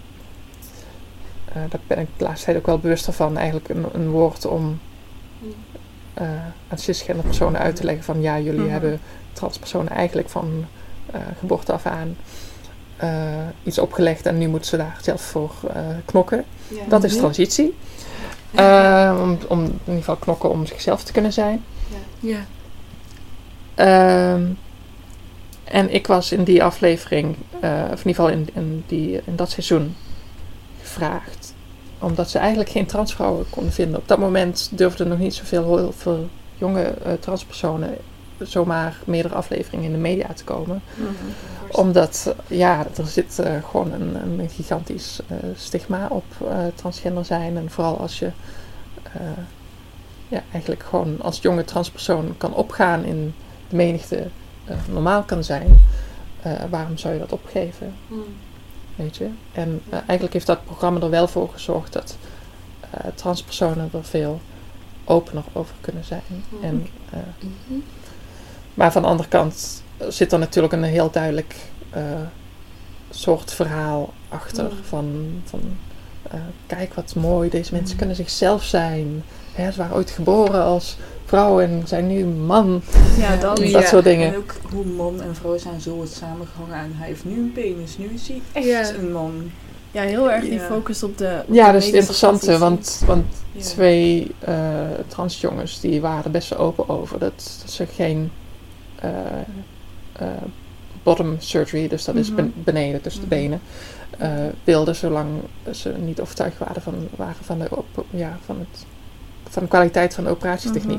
daar ben ik de laatste tijd ook wel bewust van. Eigenlijk een woord om aan cisgender personen uit te leggen van jullie hebben transpersonen eigenlijk van geboorte af aan iets opgelegd en nu moeten ze daar zelf voor knokken. Ja. Dat is transitie. Om in ieder geval knokken om zichzelf te kunnen zijn. Ja. En ik was in die aflevering, of in ieder geval in dat seizoen, gevraagd. Omdat ze eigenlijk geen transvrouwen konden vinden. Op dat moment durfden nog niet heel veel jonge transpersonen zomaar meerdere afleveringen in de media te komen. Omdat er zit gewoon een gigantisch stigma op transgender zijn. En vooral als je eigenlijk gewoon als jonge transpersoon kan opgaan in de menigte normaal kan zijn. Waarom zou je dat opgeven? Weet je? En eigenlijk heeft dat programma er wel voor gezorgd dat transpersonen er veel opener over kunnen zijn. En, maar van de andere kant zit er natuurlijk een heel duidelijk soort verhaal achter. Van kijk wat mooi, deze mensen kunnen zichzelf zijn. Ze waren ooit geboren als vrouw en zijn nu man. Ja, dat soort dingen. En ook hoe man en vrouw zijn zo het samengehangen. En hij heeft nu een penis, nu is hij echt een man. Ja, heel erg die focus op de... Ja, dat is het interessante, want 2 transjongens die waren er best wel open over. Dat ze geen bottom surgery, dus dat is beneden tussen de benen, wilden zolang ze niet overtuigd waren van de kwaliteit van de operatietechniek.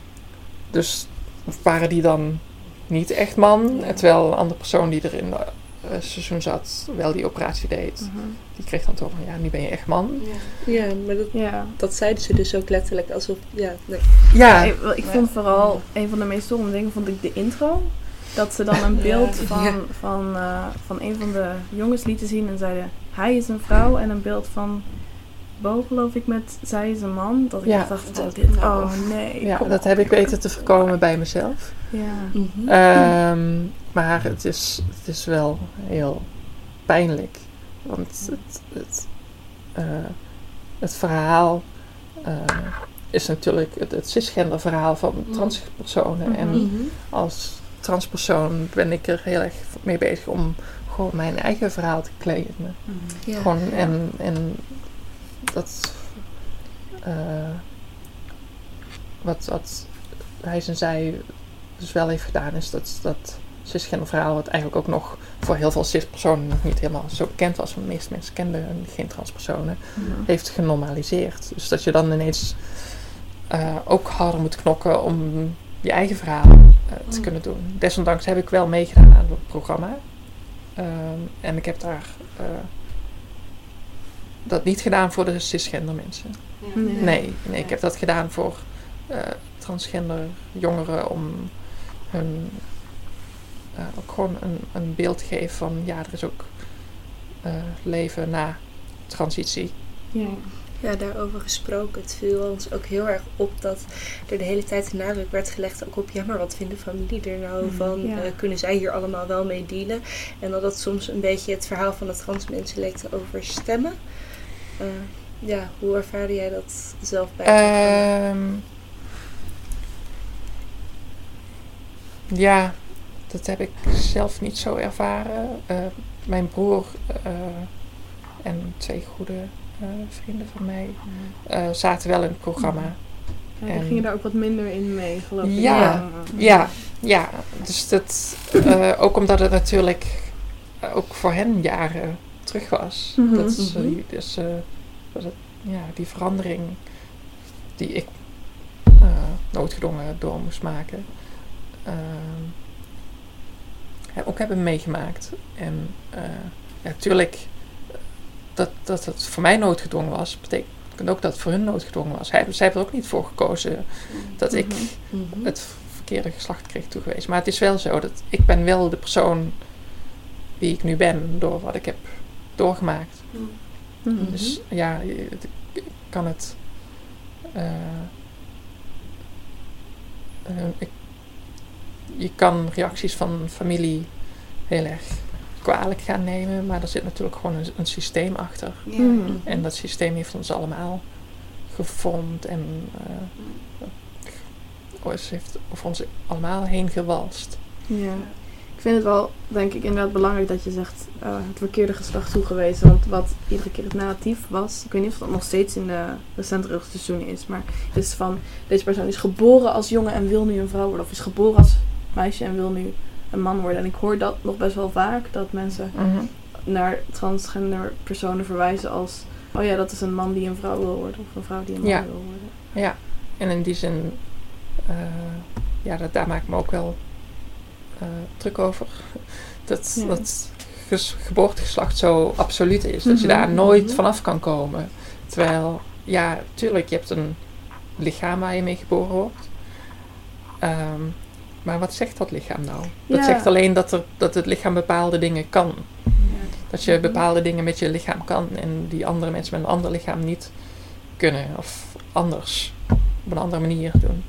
Dus waren die dan niet echt man, terwijl een andere persoon die er seizoen zat, wel die operatie deed. Die kreeg dan toch van, nu ben je echt man. Ja, maar dat zeiden ze dus ook letterlijk alsof, Ik vond vooral, een van de meest stormende dingen vond ik de intro. Dat ze dan een beeld van een van de jongens lieten zien en zeiden, hij is een vrouw, en een beeld van Bo, geloof ik, met zij is een man. Dat ik echt dacht, nee. Ja, dat heb ik weten te voorkomen bij mezelf. Ja. Maar het is wel heel pijnlijk. Want het verhaal is natuurlijk het cisgender verhaal van transpersonen. En als transpersoon ben ik er heel erg mee bezig om gewoon mijn eigen verhaal te claimen. Gewoon en dat wat hij en zij dus wel heeft gedaan is dat cisgender verhaal, wat eigenlijk ook nog voor heel veel cispersonen nog niet helemaal zo bekend was, want de meeste mensen kenden geen transpersonen, heeft genormaliseerd. Dus dat je dan ineens ook harder moet knokken om je eigen verhaal te kunnen doen. Desondanks heb ik wel meegedaan aan het programma. En ik heb daar dat niet gedaan voor de cisgender mensen. Nee, ik heb dat gedaan voor transgender jongeren om hun ook gewoon een beeld te geven van er is ook leven na transitie. Ja, daarover gesproken. Het viel ons ook heel erg op dat er de hele tijd de nadruk werd gelegd ook op, maar wat vindt de familie er nou van? Kunnen zij hier allemaal wel mee dealen? En dat soms een beetje het verhaal van de trans mensen leek te overstemmen. Hoe ervaarde jij dat zelf bij het Ja, dat heb ik zelf niet zo ervaren. Mijn broer en 2 goede vrienden van mij zaten wel in het programma. Ja, die gingen daar ook wat minder in mee, geloof ik. Ja. Dus dat ook omdat het natuurlijk ook voor hen jaren terug was. Die verandering die ik noodgedwongen door moest maken, ook hebben meegemaakt. En natuurlijk dat het voor mij noodgedwongen was, betekent ook dat het voor hun noodgedwongen was. Zij hebben er ook niet voor gekozen dat ik het verkeerde geslacht kreeg toegewezen. Maar het is wel zo dat ik ben wel de persoon wie ik nu ben door wat ik heb doorgemaakt. Dus ik kan het je kan reacties van familie heel erg kwalijk gaan nemen, maar er zit natuurlijk gewoon een systeem achter. En dat systeem heeft ons allemaal gevormd en heeft over ons allemaal heen gewalst. Ja. Ik vind het wel, denk ik, inderdaad belangrijk dat je zegt het verkeerde geslacht toegewezen. Want wat iedere keer het narratief was, ik weet niet of dat nog steeds in de recentere seizoenen is, maar is van, deze persoon is geboren als jongen en wil nu een vrouw worden. Of is geboren als meisje en wil nu een man worden. En ik hoor dat nog best wel vaak, dat mensen naar transgender personen verwijzen als, dat is een man die een vrouw wil worden. Of een vrouw die een man wil worden. Ja, en in die zin, daar maak ik me ook wel druk over. Dat geboortegeslacht zo absoluut is. Dat je daar nooit vanaf kan komen. Terwijl, tuurlijk, je hebt een lichaam waar je mee geboren wordt. Maar wat zegt dat lichaam nou? Dat zegt alleen dat het lichaam bepaalde dingen kan. Ja. Dat je bepaalde dingen met je lichaam kan en die andere mensen met een ander lichaam niet kunnen. Of anders, op een andere manier doen.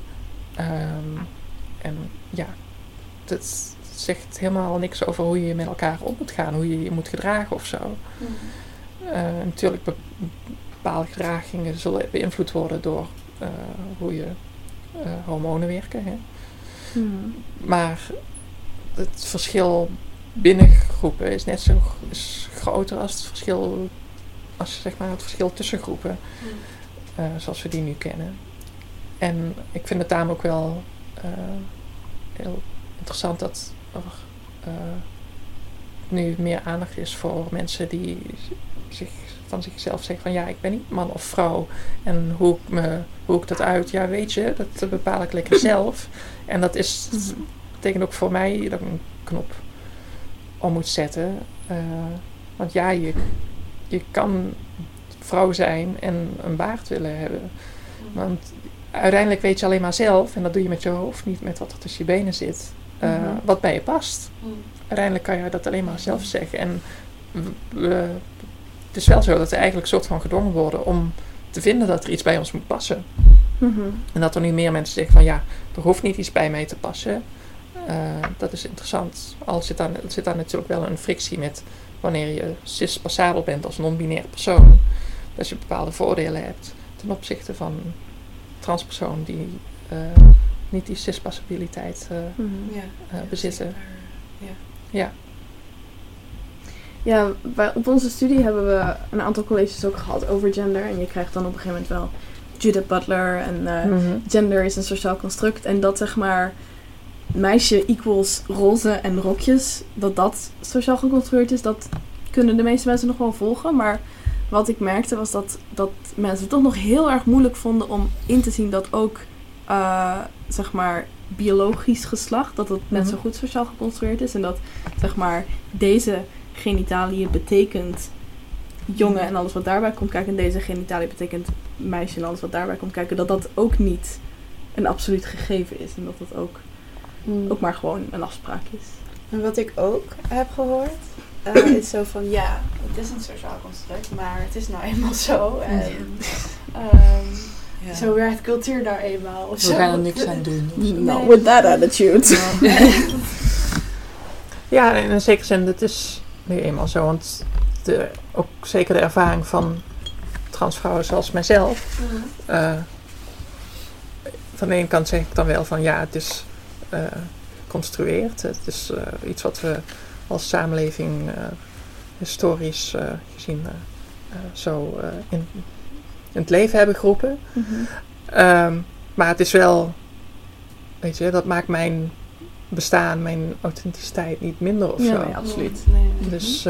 Dat zegt helemaal niks over hoe je met elkaar om moet gaan, hoe je je moet gedragen of zo. Natuurlijk, bepaalde gedragingen zullen beïnvloed worden door hoe je hormonen werken. Hè. Maar het verschil binnen groepen is net zo groter als het verschil, het verschil tussen groepen, zoals we die nu kennen. En ik vind het daarom ook wel heel interessant dat er nu meer aandacht is voor mensen die van zichzelf zeggen van ik ben niet man of vrouw. En hoe ik dat uit, weet je, dat bepaal ik lekker zelf. En dat betekent ook voor mij dat ik een knop om moet zetten. Want ja, je kan vrouw zijn en een baard willen hebben. Want uiteindelijk weet je alleen maar zelf, en dat doe je met je hoofd, niet met wat er tussen je benen zit, wat bij je past. Uiteindelijk kan je dat alleen maar zelf zeggen. En het is wel zo dat we eigenlijk een soort van gedwongen worden om te vinden dat er iets bij ons moet passen. En dat er nu meer mensen zeggen van ja, er hoeft niet iets bij mij te passen. Dat is interessant. Al zit daar natuurlijk wel een frictie met wanneer je cis-passabel bent als non-binair persoon. Dat je bepaalde voordelen hebt ten opzichte van een transpersoon die niet die cis-passabiliteit bezitten. Ja, op onze studie hebben we een aantal colleges ook gehad over gender. En je krijgt dan op een gegeven moment wel Judith Butler. En gender is een sociaal construct. En dat zeg maar meisje equals roze en rokjes. Dat sociaal geconstrueerd is. Dat kunnen de meeste mensen nog wel volgen. Maar wat ik merkte was dat mensen het toch nog heel erg moeilijk vonden om in te zien dat ook zeg maar biologisch geslacht. Dat het net zo goed sociaal geconstrueerd is. En dat zeg maar deze genitaliën betekent jongen en alles wat daarbij komt kijken. En deze genitaliën betekent meisje en alles wat daarbij komt kijken. Dat ook niet een absoluut gegeven is. En dat dat ook maar gewoon een afspraak is. En wat ik ook heb gehoord, is zo van ja, het is een sociaal construct, maar het is nou eenmaal zo. En zo werkt cultuur nou eenmaal. Of we gaan er niks aan doen. No, with that attitude. Ja, in een zekere zin, het is nu eenmaal zo. Want ook zeker de ervaring van transvrouwen zoals mijzelf. Van de ene kant zeg ik dan wel van ja, het is geconstrueerd. Het is iets wat we als samenleving historisch gezien zo in het leven hebben geroepen. Maar het is wel, weet je, dat maakt mijn bestaan, mijn authenticiteit niet minder of zo. Nee, absoluut. Nee. Dus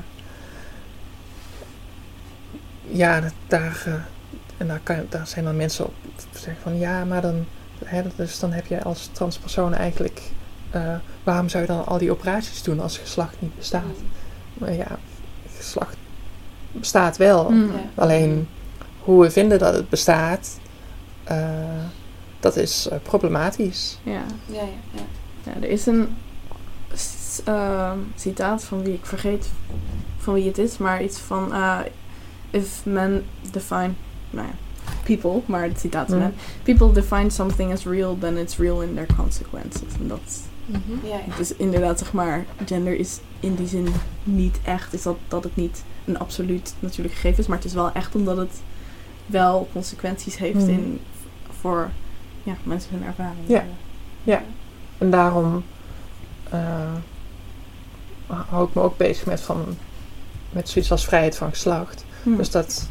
daar zijn dan mensen op zeggen van ja, maar dan heb je als transpersoon eigenlijk, waarom zou je dan al die operaties doen als geslacht niet bestaat? Maar ja, geslacht bestaat wel. Alleen hoe we vinden dat het bestaat, dat is problematisch. Ja. Ja, er is een citaat van wie ik vergeet van wie het is, maar iets van if men define, people, maar het citaat is people define something as real, then it's real in their consequences. En dat het is inderdaad, zeg maar, gender is in die zin niet echt, is dat het niet een absoluut natuurlijk gegeven is, maar het is wel echt omdat het wel consequenties heeft voor mensen hun ervaring. Ja. En daarom hou ik me ook bezig met zoiets als vrijheid van geslacht. Dus dat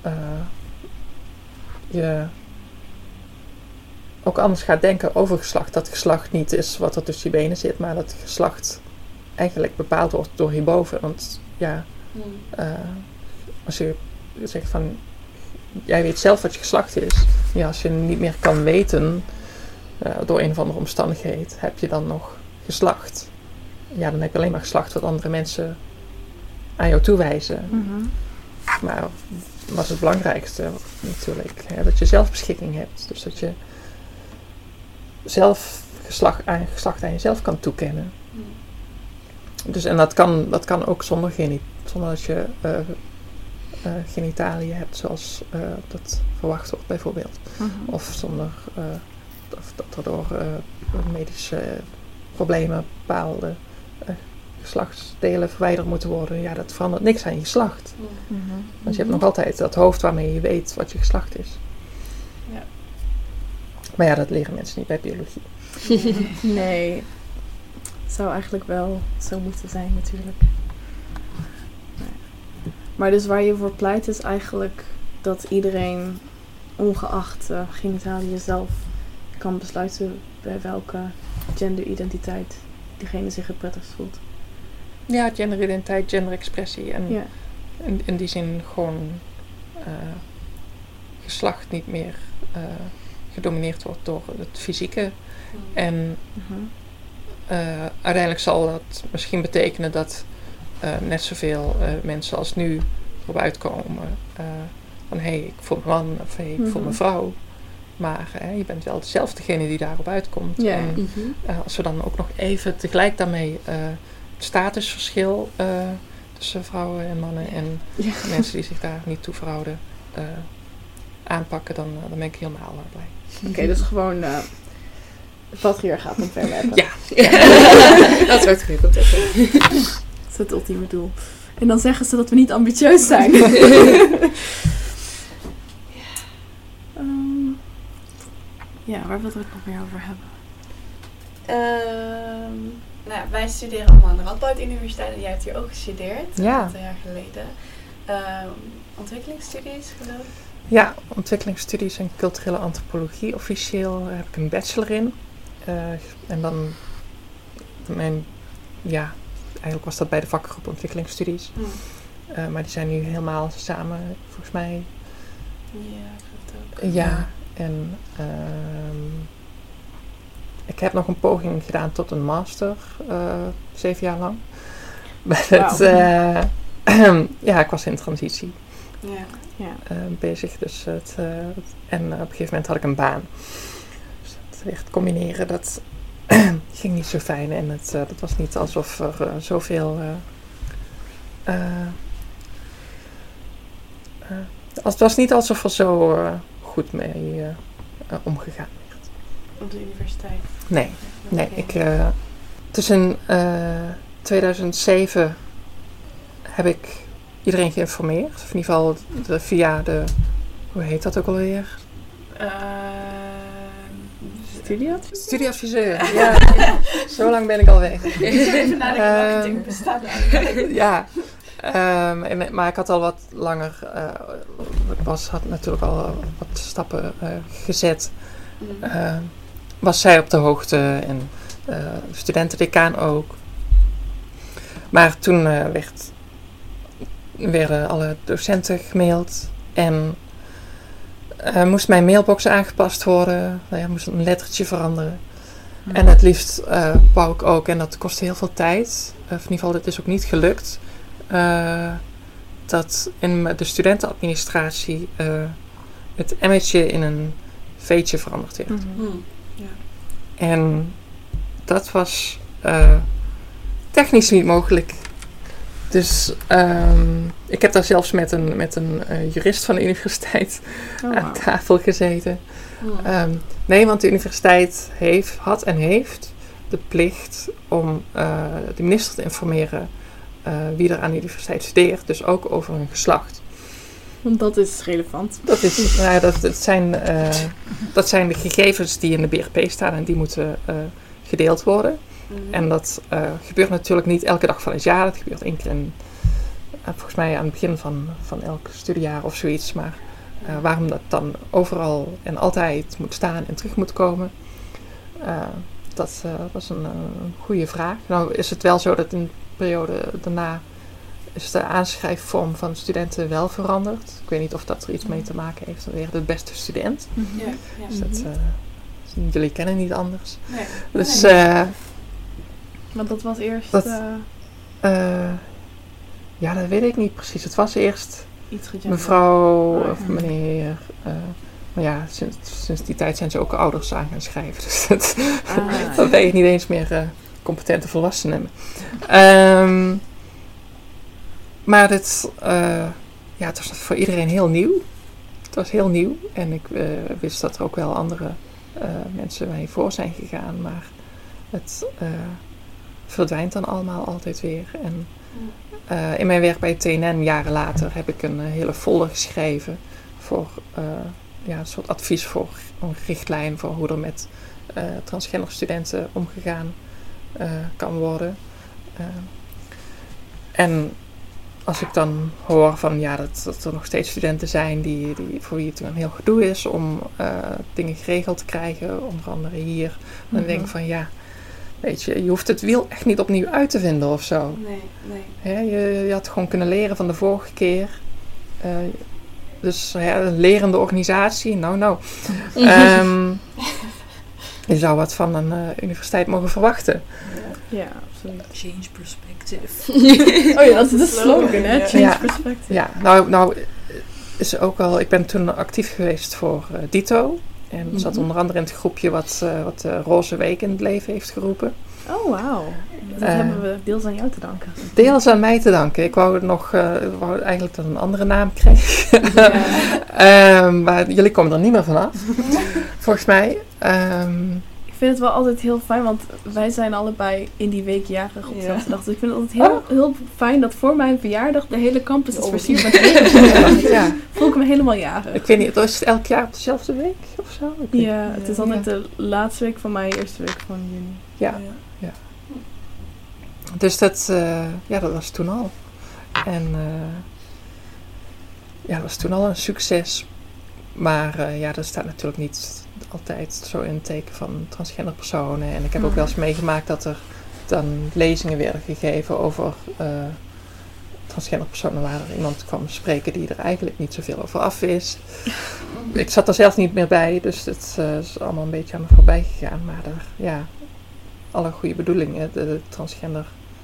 je ook anders gaat denken over geslacht. Dat geslacht niet is wat er tussen je benen zit, maar dat geslacht eigenlijk bepaald wordt door hierboven. Want als je zegt van jij weet zelf wat je geslacht is. Ja, als je niet meer kan weten door een of andere omstandigheid, heb je dan nog geslacht. Ja, dan heb je alleen maar geslacht wat andere mensen aan jou toewijzen. Maar wat is het belangrijkste natuurlijk? Dat je zelfbeschikking hebt. Dus dat je zelf geslacht aan jezelf kan toekennen. Dus, en dat kan ook zonder dat je genitaliën hebt zoals dat verwacht wordt bijvoorbeeld. Of zonder dat er door medische problemen bepaalde geslachtsdelen verwijderd moeten worden. Ja, dat verandert niks aan je geslacht. Want je hebt nog altijd dat hoofd waarmee je weet wat je geslacht is. Ja. Maar ja, dat leren mensen niet bij biologie. Nee. Het zou eigenlijk wel zo moeten zijn natuurlijk. Nee. Maar dus waar je voor pleit is eigenlijk dat iedereen ongeacht genitaliën zelf kan besluiten bij welke genderidentiteit diegene zich het prettigst voelt. Ja, genderidentiteit, genderexpressie. En in die zin gewoon geslacht niet meer gedomineerd wordt door het fysieke. En uiteindelijk zal dat misschien betekenen dat net zoveel mensen als nu erop uitkomen van ik voel me man of ik voel me vrouw. Maar je bent wel zelf degene die daarop uitkomt. Ja. En als we dan ook nog even tegelijk daarmee het statusverschil tussen vrouwen en mannen en mensen die zich daar niet toe verhouden aanpakken, dan ben ik helemaal blij. Oké, dus gewoon het patriarchaat omverwerpen. Ja. Dat wordt goed om te zeggen. Dat is het ultieme doel. En dan zeggen ze dat we niet ambitieus zijn. Waar wilden we het nog meer over hebben? Wij studeren allemaal aan de Radboud Universiteit en jij hebt hier ook gestudeerd. Ja. 2 jaar geleden. Ontwikkelingsstudies geloof ik? Ja, ontwikkelingsstudies en culturele antropologie. Officieel heb ik een bachelor in. En dan eigenlijk was dat bij de vakgroep ontwikkelingsstudies. Maar die zijn nu helemaal samen, volgens mij. Ja, ik geloof het ook. Ja, en ik heb nog een poging gedaan tot een master, 7 jaar lang. Ik was in transitie bezig. Dus en op een gegeven moment had ik een baan. Dus dat werd combineren, dat ging niet zo fijn. En dat was niet alsof er zoveel... het was niet alsof er zo goed mee omgegaan werd. Op de universiteit? Nee. Dus in 2007 heb ik iedereen geïnformeerd. Of in ieder geval via de... Hoe heet dat ook alweer? Studieadviseur? Studieadviseur, ja. Zo lang ben ik al weg. Even naar de marketing bestaat eigenlijk. Ja. Maar ik had al wat langer... had natuurlijk al wat stappen gezet. Was zij op de hoogte en de studentendecaan ook. Maar toen werden alle docenten gemaild en moest mijn mailbox aangepast worden. Moest een lettertje veranderen. En het liefst wou ik ook, en dat kostte heel veel tijd. Of in ieder geval, dit is ook niet gelukt. Dat in de studentenadministratie het M'tje in een V'tje veranderd werd. En dat was technisch niet mogelijk. Dus ik heb daar zelfs met een jurist van de universiteit aan tafel gezeten. Nee, want de universiteit had en heeft de plicht om de minister te informeren wie er aan de universiteit studeert. Dus ook over hun geslacht. Want dat is relevant. Dat zijn de gegevens die in de BRP staan en die moeten gedeeld worden. En dat gebeurt natuurlijk niet elke dag van het jaar. Dat gebeurt 1 keer volgens mij aan het begin van elk studiejaar of zoiets. Maar waarom dat dan overal en altijd moet staan en terug moet komen, dat was een goede vraag. Nou is het wel zo dat in de periode daarna is de aanschrijfvorm van studenten wel veranderd. Ik weet niet of dat er iets mee te maken heeft. Dan weer de beste student. Dus jullie kennen niet anders. Nee. Dus... Want dat was eerst... dat weet ik niet precies. Het was eerst iets mevrouw of meneer. Maar ja, sinds die tijd zijn ze ook ouders aan gaan schrijven. Dus dat ben je niet eens meer competente volwassenen. Maar het was voor iedereen heel nieuw. Het was heel nieuw. En ik wist dat er ook wel andere mensen mee voor zijn gegaan. Maar het... verdwijnt dan allemaal altijd weer. En in mijn werk bij TNN jaren later heb ik een hele folder geschreven voor een soort advies voor een richtlijn voor hoe er met transgender studenten omgegaan kan worden. En als ik dan hoor van dat er nog steeds studenten zijn voor wie het een heel gedoe is om dingen geregeld te krijgen, onder andere hier, dan denk ik van weet je hoeft het wiel echt niet opnieuw uit te vinden of zo. Nee. Je had gewoon kunnen leren van de vorige keer. Dus een lerende organisatie, no. je zou wat van een universiteit mogen verwachten. Ja, absoluut. Change perspective. Oh ja, dat is de slogan, hè? Change Ja. perspective. Ja, nou is ook al... Ik ben toen actief geweest voor Dito. En zat onder andere in het groepje wat de Roze Week in het leven heeft geroepen. Oh, wauw. Dat hebben we deels aan jou te danken. Deels aan mij te danken. Ik wou eigenlijk dat een andere naam kreeg. Maar jullie komen er niet meer vanaf. Volgens mij. Ik vind het wel altijd heel fijn, want wij zijn allebei in die week jarig op zaterdag. Dus ik vind het altijd heel fijn dat voor mijn verjaardag de hele campus is versierd met regenboog. Ja. Voel ik me helemaal jarig. Ik weet niet, is het elk jaar op dezelfde week of zo? Ja, het is altijd de laatste week van mei, eerste week van juni. Ja. Dus dat was toen al. En dat was toen al een succes. Maar dat staat natuurlijk niet altijd zo in het teken van transgender personen. En ik heb ook wel eens meegemaakt dat er dan lezingen werden gegeven over transgender personen waar er iemand kwam spreken die er eigenlijk niet zoveel over af wist. Ik zat er zelf niet meer bij, dus het is allemaal een beetje aan me voorbij gegaan. Maar alle goede bedoelingen, de transgender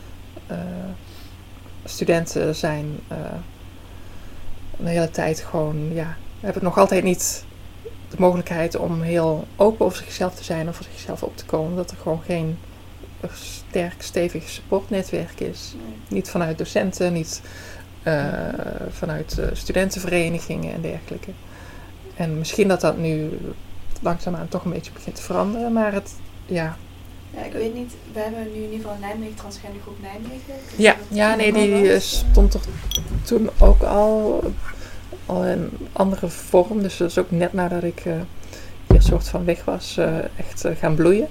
studenten zijn een hele tijd gewoon, hebben nog altijd niet de mogelijkheid om heel open over zichzelf te zijn of voor zichzelf op te komen. Dat er gewoon geen sterk, stevig supportnetwerk is. Nee. Niet vanuit docenten, niet vanuit studentenverenigingen en dergelijke. En misschien dat nu langzaamaan toch een beetje begint te veranderen, maar Ja, ik weet niet. We hebben nu in ieder geval Nijmegen, transgendergroep Nijmegen. Die stond er toen ook al in andere vorm. Dus dat is ook net nadat ik hier soort van weg was, echt gaan bloeien.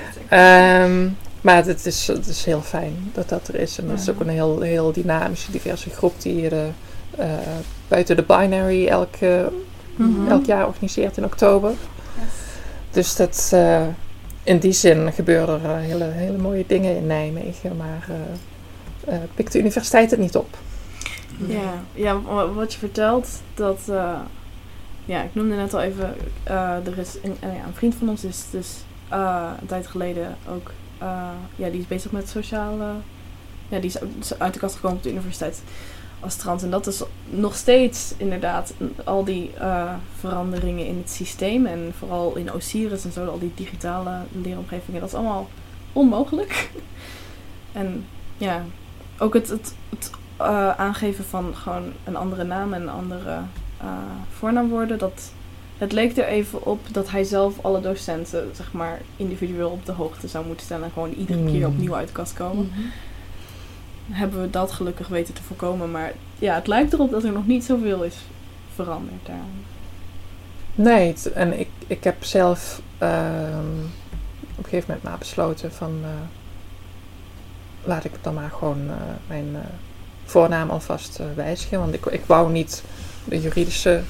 Maar het is heel fijn dat er is. En dat is ook een heel dynamische, diverse groep die buiten de binary elk jaar organiseert in oktober. Yes. Dus dat... in die zin gebeuren er hele mooie dingen in Nijmegen, maar pikt de universiteit het niet op. Ja, wat je vertelt, dat... ik noemde net al even, er is een vriend van ons is dus een tijd geleden ook... die is bezig met sociale... die is uit de kast gekomen op de universiteit als trans. En dat is nog steeds inderdaad al die veranderingen in het systeem. En vooral in Osiris en zo, al die digitale leeromgevingen. Dat is allemaal onmogelijk. En ook het aangeven van gewoon een andere naam en een andere voornaamwoorden. Het leek er even op dat hij zelf alle docenten, zeg maar, individueel op de hoogte zou moeten stellen. En gewoon iedere keer opnieuw uit de kast komen. Hebben we dat gelukkig weten te voorkomen. Maar het lijkt erop dat er nog niet zoveel is veranderd daar. Nee, en ik heb zelf op een gegeven moment maar besloten van... laat ik dan maar gewoon mijn voornaam alvast wijzigen. Want ik wou niet de juridische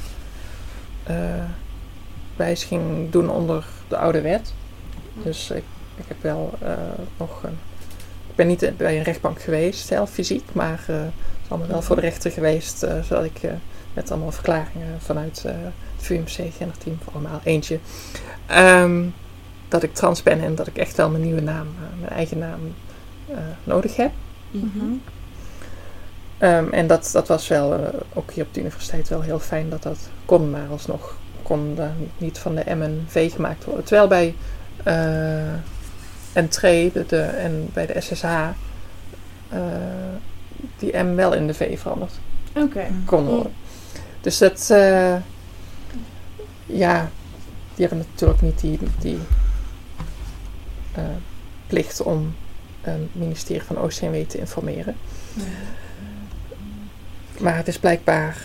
wijziging doen onder de oude wet. Dus ik heb wel nog een... Ik ben niet bij een rechtbank geweest, zelf fysiek, maar het is allemaal wel voor de rechter geweest, zodat ik met allemaal verklaringen vanuit het VUMC genderteam, voor allemaal eentje, dat ik trans ben en dat ik echt wel mijn nieuwe naam, mijn eigen naam nodig heb. En dat was wel, ook hier op de universiteit, wel heel fijn dat dat kon, maar alsnog kon niet van de M een V gemaakt worden. Terwijl bij Entree en bij de SSH die M wel in de V veranderd kon worden. Dus dat, die hebben natuurlijk niet die plicht om het ministerie van OCMW te informeren. Maar het is blijkbaar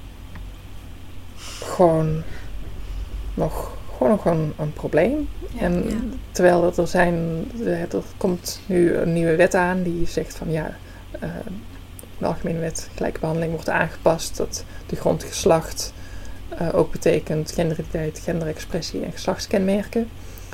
gewoon nog een probleem. Terwijl er komt nu een nieuwe wet aan die zegt van de Algemene Wet Gelijke Behandeling wordt aangepast. Dat de grond geslacht ook betekent genderidentiteit, genderexpressie en geslachtskenmerken.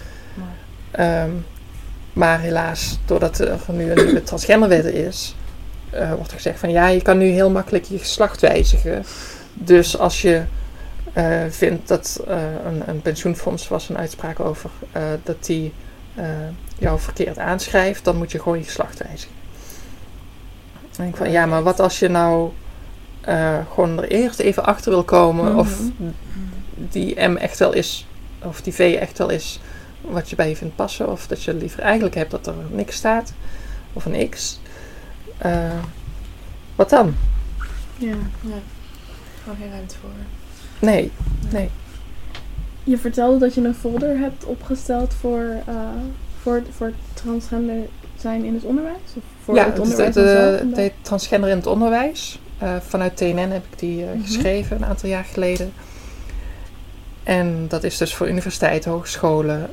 Maar helaas, doordat er nu een nieuwe transgenderwet is, wordt er gezegd van je kan nu heel makkelijk je geslacht wijzigen. Dus als je vindt dat een pensioenfonds was een uitspraak over dat die jou verkeerd aanschrijft, dan moet je gewoon je geslacht wijzigen. En ik van, ja, maar wat als je nou gewoon er eerst even achter wil komen of die M echt wel is, of die V echt wel is wat je bij je vindt passen, of dat je liever eigenlijk hebt dat er niks staat, of een X. Wat dan? Ja. Gewoon geen ruimte voor. Nee. Je vertelde dat je een folder hebt opgesteld voor transgender zijn in het onderwijs? Of voor het onderwijs de transgender in het onderwijs. Vanuit TNN heb ik die geschreven een aantal jaar geleden. En dat is dus voor universiteiten, hogescholen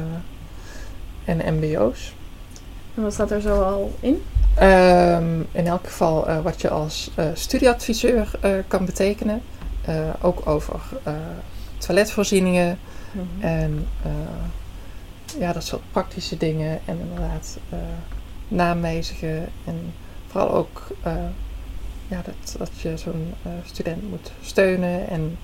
en mbo's. En wat staat er zo al in? In elk geval wat je als studieadviseur kan betekenen. Ook over toiletvoorzieningen en dat soort praktische dingen. En inderdaad naam wijzigen. En vooral ook dat je zo'n student moet steunen. En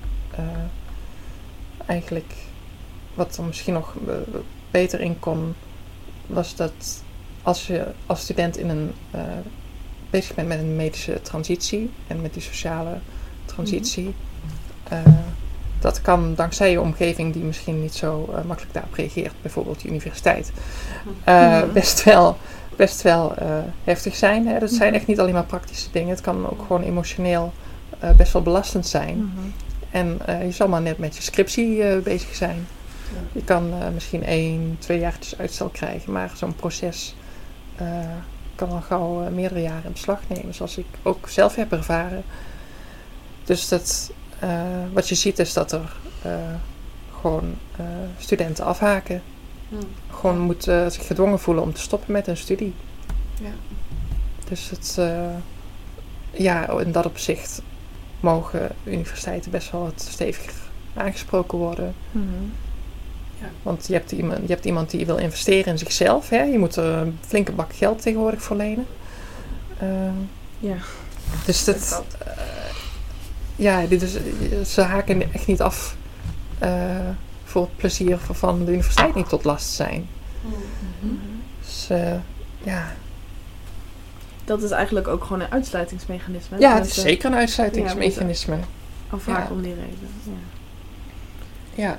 eigenlijk wat er misschien nog beter in kon, was dat als je als student bezig bent met een medische transitie en met die sociale transitie, dat kan dankzij je omgeving die misschien niet zo makkelijk daarop reageert, bijvoorbeeld de universiteit, best wel heftig zijn. Hè? Dat zijn echt niet alleen maar praktische dingen. Het kan ook gewoon emotioneel best wel belastend zijn. En je zal maar net met je scriptie bezig zijn. Je kan misschien 1-2 jaartjes uitstel krijgen, maar zo'n proces kan al gauw meerdere jaren in beslag nemen, zoals ik ook zelf heb ervaren. Dus wat je ziet is dat er gewoon studenten afhaken. Gewoon moeten zich gedwongen voelen om te stoppen met hun studie. Ja. Dus in dat opzicht mogen universiteiten best wel wat steviger aangesproken worden. Ja. Want je hebt iemand die wil investeren in zichzelf. Hè? Je moet er een flinke bak geld tegenwoordig voor lenen. Dus ze haken echt niet af voor het plezier van de universiteit niet tot last zijn. Dus dat is eigenlijk ook gewoon een uitsluitingsmechanisme. Ja, het is zeker een uitsluitingsmechanisme. Afhaken om die reden. Ja.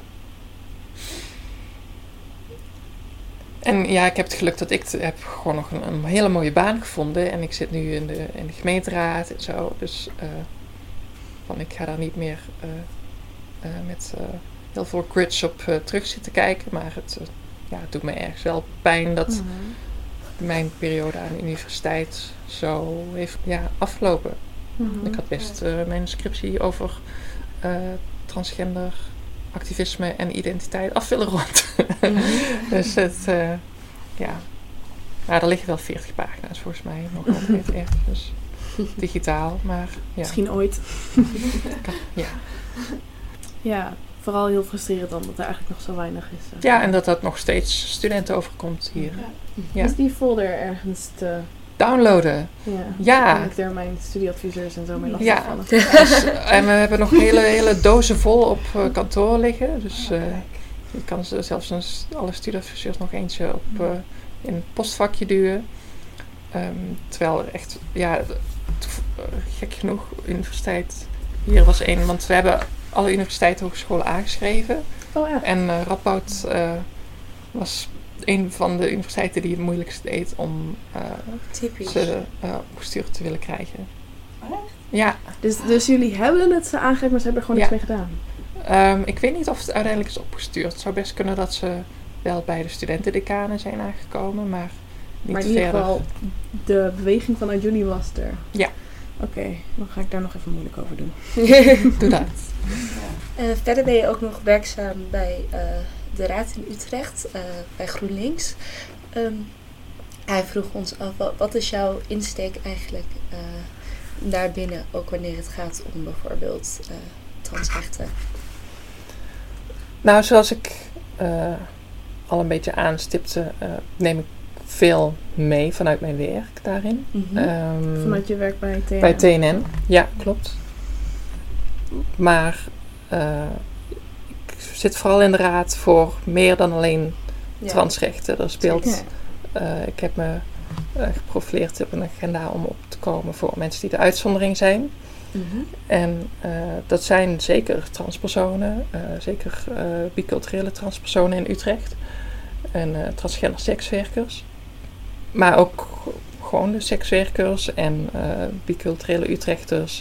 En ik heb het geluk dat ik heb gewoon nog een hele mooie baan gevonden. En ik zit nu in de gemeenteraad en zo. Dus ik ga daar niet meer met heel veel grudge op terug zitten kijken. Maar het doet me ergens wel pijn dat mijn periode aan de universiteit zo heeft afgelopen. Ik had best mijn scriptie over transgender activisme en identiteit af willen rond. Dus er liggen wel 40 pagina's volgens mij nog altijd ergens digitaal, maar misschien ooit. Ja. Ja, vooral heel frustrerend dan dat er eigenlijk nog zo weinig is. Ja, en dat nog steeds studenten overkomt hier. Ja. Is die folder ergens te downloaden? Ja. Kan ik er mijn studieadviseurs en zo mee Ja. vallen? Dus, en we hebben nog hele dozen vol op kantoor liggen. Dus je kan zelfs alle studieadviseurs nog eentje in het postvakje duwen. Terwijl er echt, gek genoeg, universiteit hier was één. Want we hebben alle universiteiten hogescholen aangeschreven. Oh, echt? En Radboud was een van de universiteiten die het moeilijkst deed om ze opgestuurd te willen krijgen. Oh, echt? Ja. Dus jullie hebben het ze aangegeven, maar ze hebben er gewoon niks mee gedaan? Ik weet niet of het uiteindelijk is opgestuurd. Het zou best kunnen dat ze wel bij de studentendecanen zijn aangekomen, maar niet maar in verder. ieder geval, de beweging vanuit jullie was er? Ja. Oké, dan ga ik daar nog even moeilijk over doen. Doe dat. Verder ben je ook nog werkzaam bij de Raad in Utrecht, bij GroenLinks. Hij vroeg ons af, wat is jouw insteek eigenlijk naar binnen, ook wanneer het gaat om bijvoorbeeld transrechten? Nou, zoals ik al een beetje aanstipte, neem ik veel mee vanuit mijn werk daarin. Vanuit je werk bij TNN? Bij TNN, ja, klopt. Maar ik zit vooral in de raad voor meer dan alleen transrechten. Er speelt... ik heb me geprofileerd op een agenda om op te komen voor mensen die de uitzondering zijn. Mm-hmm. En dat zijn zeker transpersonen, zeker biculturele transpersonen in Utrecht. En transgender sekswerkers. Maar ook gewoon de sekswerkers en biculturele Utrechters.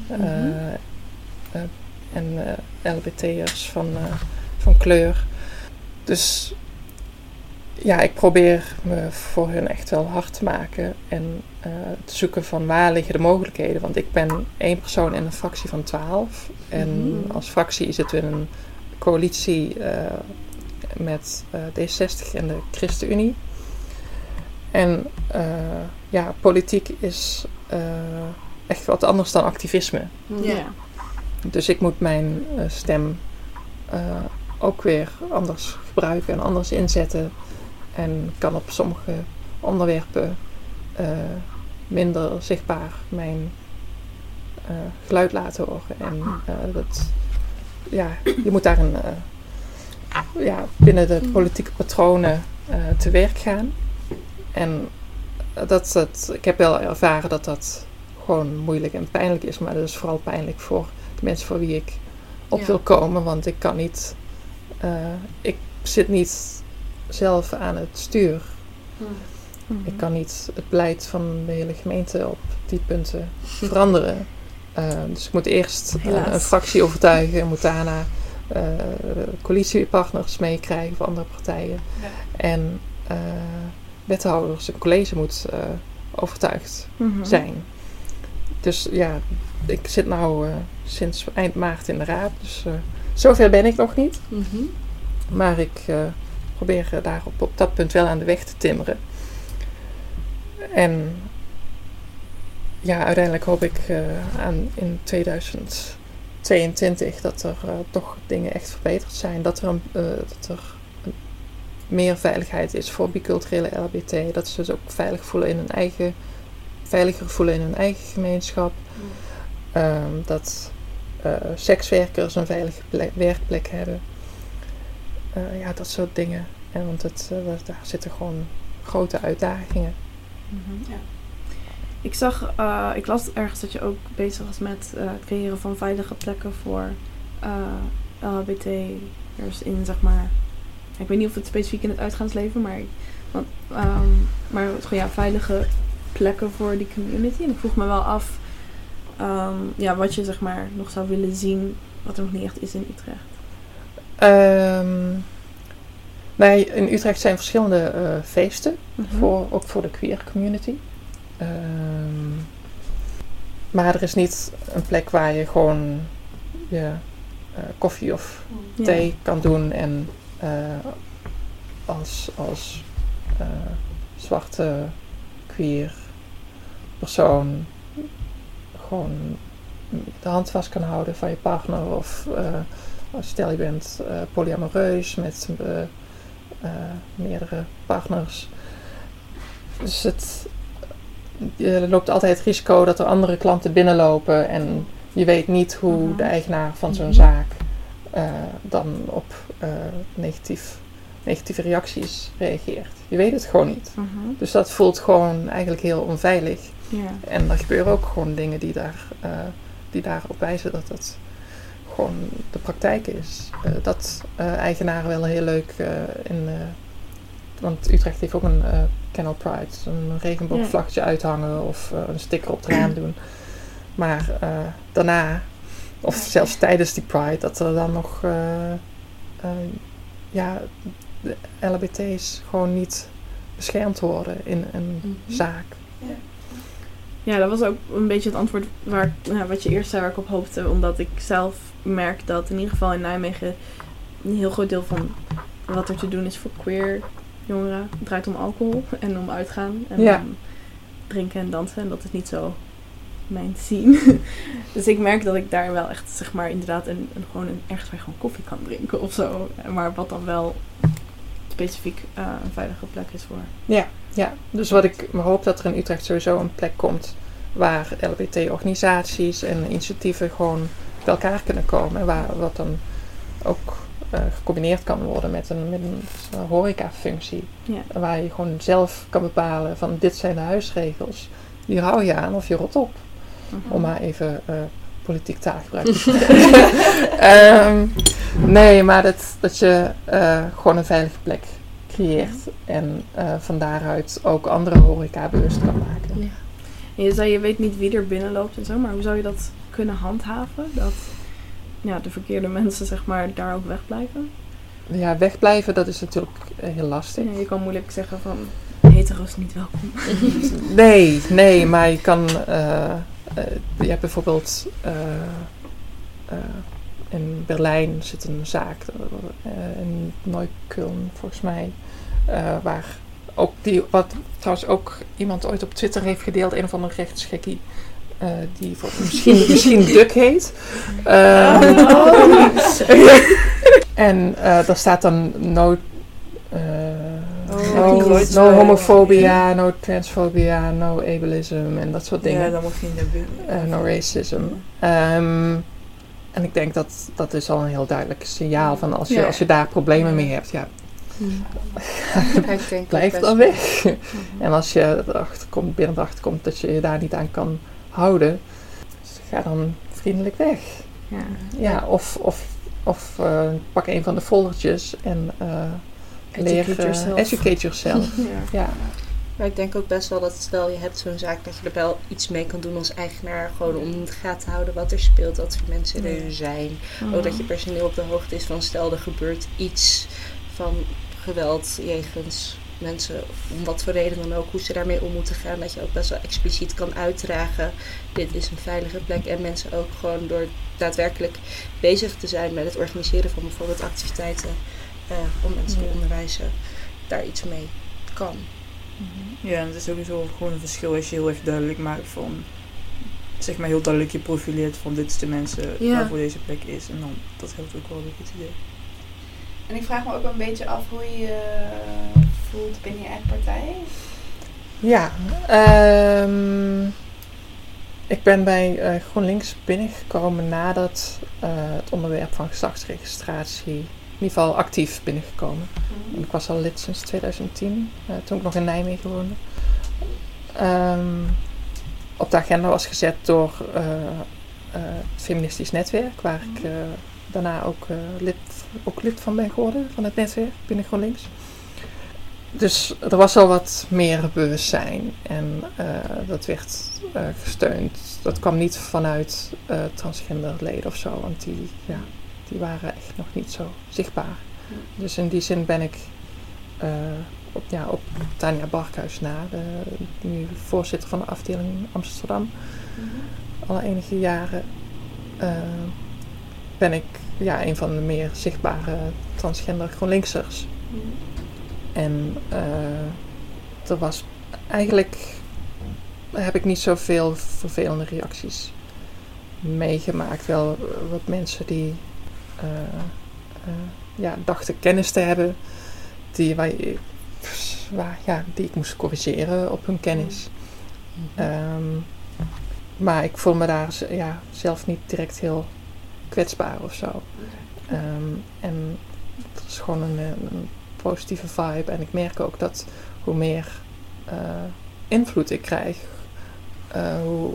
En LBT'ers van kleur. Dus ja, ik probeer me voor hun echt wel hard te maken. En te zoeken van waar liggen de mogelijkheden. Want ik ben 1 persoon in een fractie van 12. En als fractie zitten we in een coalitie met D66 en de ChristenUnie. En politiek is echt wat anders dan activisme. Ja. Dus ik moet mijn stem ook weer anders gebruiken en anders inzetten. En kan op sommige onderwerpen minder zichtbaar mijn geluid laten horen. En je moet daarin binnen de politieke patronen te werk gaan. En ik heb wel ervaren dat dat gewoon moeilijk en pijnlijk is. Maar dat is vooral pijnlijk voor de mensen voor wie ik op wil komen. Want ik kan niet... ik zit niet zelf aan het stuur. Ik kan niet het beleid van de hele gemeente op die punten veranderen. Dus ik moet eerst een fractie overtuigen. Ik moet daarna coalitiepartners meekrijgen van andere partijen. Ja. En wethouders, het college moet overtuigd zijn. Dus ja, ik zit nou sinds eind maart in de raad. Dus zover ben ik nog niet. Mm-hmm. Maar ik probeer daar op dat punt wel aan de weg te timmeren. En ja, uiteindelijk hoop ik in 2022 dat er toch dingen echt verbeterd zijn. Dat er meer veiligheid is voor biculturele LHBT. Dat ze zich ook veiliger voelen in hun eigen gemeenschap. Dat sekswerkers een veilige werkplek hebben. Dat soort dingen. En want daar zitten gewoon grote uitdagingen. Ja. Ik las ergens dat je ook bezig was met het creëren van veilige plekken voor LHBT'ers in, zeg maar... Ik weet niet of het specifiek in het uitgaansleven, maar veilige plekken voor die community. En ik vroeg me wel af wat je, zeg maar, nog zou willen zien wat er nog niet echt is in Utrecht. In Utrecht zijn verschillende feesten, ook voor de queer community. Maar er is niet een plek waar je gewoon koffie of thee kan doen en als zwarte queer persoon gewoon de hand vast kan houden van je partner of stel je bent polyamoreus met meerdere partners. Dus je loopt altijd het risico dat er andere klanten binnenlopen en je weet niet hoe de eigenaar van zo'n zaak dan op negatieve reacties reageert. Je weet het gewoon niet. Dus dat voelt gewoon eigenlijk heel onveilig. Ja. En er gebeuren ook gewoon dingen die daarop wijzen dat het gewoon de praktijk is. Dat eigenaren wel heel leuk want Utrecht heeft ook een Canal Pride, een regenboogvlaggetje uithangen of een sticker op het raam doen. Maar daarna, of zelfs tijdens die Pride, dat er dan nog de LHBT's gewoon niet beschermd worden in een zaak. Ja, dat was ook een beetje het antwoord wat je eerst zei waar ik op hoopte. Omdat ik zelf merk dat in ieder geval in Nijmegen een heel groot deel van wat er te doen is voor queer jongeren. Het draait om alcohol en om uitgaan en om drinken en dansen. En dat is niet zo mijn scene. Dus ik merk dat ik daar wel echt, zeg maar, inderdaad ergens waar je gewoon koffie kan drinken of zo. Maar wat dan wel specifiek een veilige plek is voor. Ja, dus wat ik hoop dat er in Utrecht sowieso een plek komt waar LHBT-organisaties en initiatieven gewoon bij elkaar kunnen komen. Wat dan ook gecombineerd kan worden met een horecafunctie. Ja. Waar je gewoon zelf kan bepalen van dit zijn de huisregels. Die hou je aan of je rot op. Om maar even politiek taalgebruik te gebruiken. Nee, maar dat je gewoon een veilige plek creëert. En van daaruit ook andere horeca bewust kan maken. Ja. En je zei, je weet niet wie er binnenloopt en zo, maar hoe zou je dat kunnen handhaven? Dat de verkeerde mensen zeg maar daar ook wegblijven? Ja, wegblijven, dat is natuurlijk heel lastig. Ja, je kan moeilijk zeggen van hetero's niet welkom. Nee, maar je kan... je hebt bijvoorbeeld... in Berlijn zit een zaak, in Neukölln volgens mij, waar ook wat trouwens ook iemand ooit op Twitter heeft gedeeld, een of andere rechtsgekkie, die misschien Duck heet. En daar staat dan no homofobia, no transfobia, no ableism en dat soort dingen. Ja, dat mag niet naar binnen. No racism. En ik denk dat is al een heel duidelijk signaal van als je daar problemen mee hebt, blijf dan weg. En als je binnen erachter komt dat je daar niet aan kan houden, ga dan vriendelijk weg. Ja, of pak een van de foldertjes en educate yourself. Ja. Maar ik denk ook best wel dat stel je hebt zo'n zaak dat je er wel iets mee kan doen als eigenaar. Gewoon om in de gaten te houden wat er speelt, wat voor mensen er zijn. Ook dat je personeel op de hoogte is van stel er gebeurt iets van geweld jegens mensen. Om wat voor reden dan ook, hoe ze daarmee om moeten gaan. Dat je ook best wel expliciet kan uitdragen. Dit is een veilige plek. En mensen ook gewoon door daadwerkelijk bezig te zijn met het organiseren van bijvoorbeeld activiteiten. Om mensen te onderwijzen, daar iets mee kan. Ja, en het is sowieso gewoon een verschil als je heel erg duidelijk maakt van, zeg maar heel duidelijk je profileert van dit is de mensen waarvoor deze plek is. En dan, dat helpt ook wel een goed idee. En ik vraag me ook een beetje af hoe je je voelt binnen je eigen partij. Ja, ik ben bij GroenLinks binnengekomen nadat het onderwerp van geslachtsregistratie in ieder geval actief binnengekomen. En ik was al lid sinds 2010, toen ik nog in Nijmegen woonde. Op de agenda was gezet door het feministisch netwerk, waar ik daarna ook lid van ben geworden, van het netwerk binnen GroenLinks. Dus er was al wat meer bewustzijn en dat werd gesteund. Dat kwam niet vanuit transgenderleden of zo, want die waren echt nog niet zo zichtbaar. Dus in die zin ben ik op Tanja Barkhuis na, de nu voorzitter van de afdeling Amsterdam, al enige jaren ben ik een van de meer zichtbare transgender GroenLinksers. En er was eigenlijk heb ik niet zoveel vervelende reacties meegemaakt. Wel wat mensen die dachten kennis te hebben, die ik moest corrigeren op hun kennis. Maar ik voel me daar zelf niet direct heel kwetsbaar of zo. En het is gewoon een positieve vibe. En ik merk ook dat hoe meer invloed ik krijg, hoe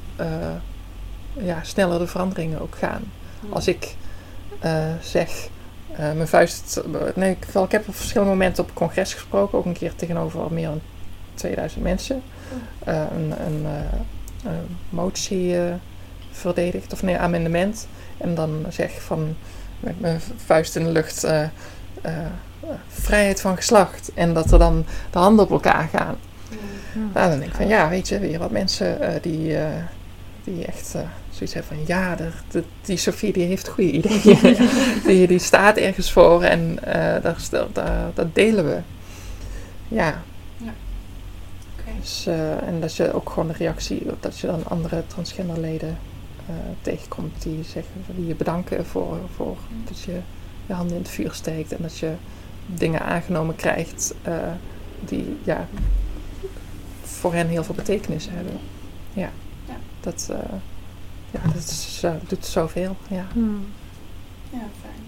sneller de veranderingen ook gaan. Als ik zeg, mijn vuist... ik heb op verschillende momenten op het congres gesproken, ook een keer tegenover meer dan 2000 mensen. Een motie verdedigd, of amendement. En dan zeg van, met mijn vuist in de lucht, vrijheid van geslacht. En dat er dan de handen op elkaar gaan. Nou, dan denk ik van, weet je, weer wat mensen die echt zoiets hebben van, die Sophie die heeft goede ideeën. die staat ergens voor en dat delen we. Ja. Okay. Dus, en dat je ook gewoon de reactie, dat je dan andere transgenderleden tegenkomt die je bedanken voor dat je je handen in het vuur steekt en dat je dingen aangenomen krijgt die voor hen heel veel betekenis hebben. Ja. Dat dat doet zoveel. Ja. Ja, fijn.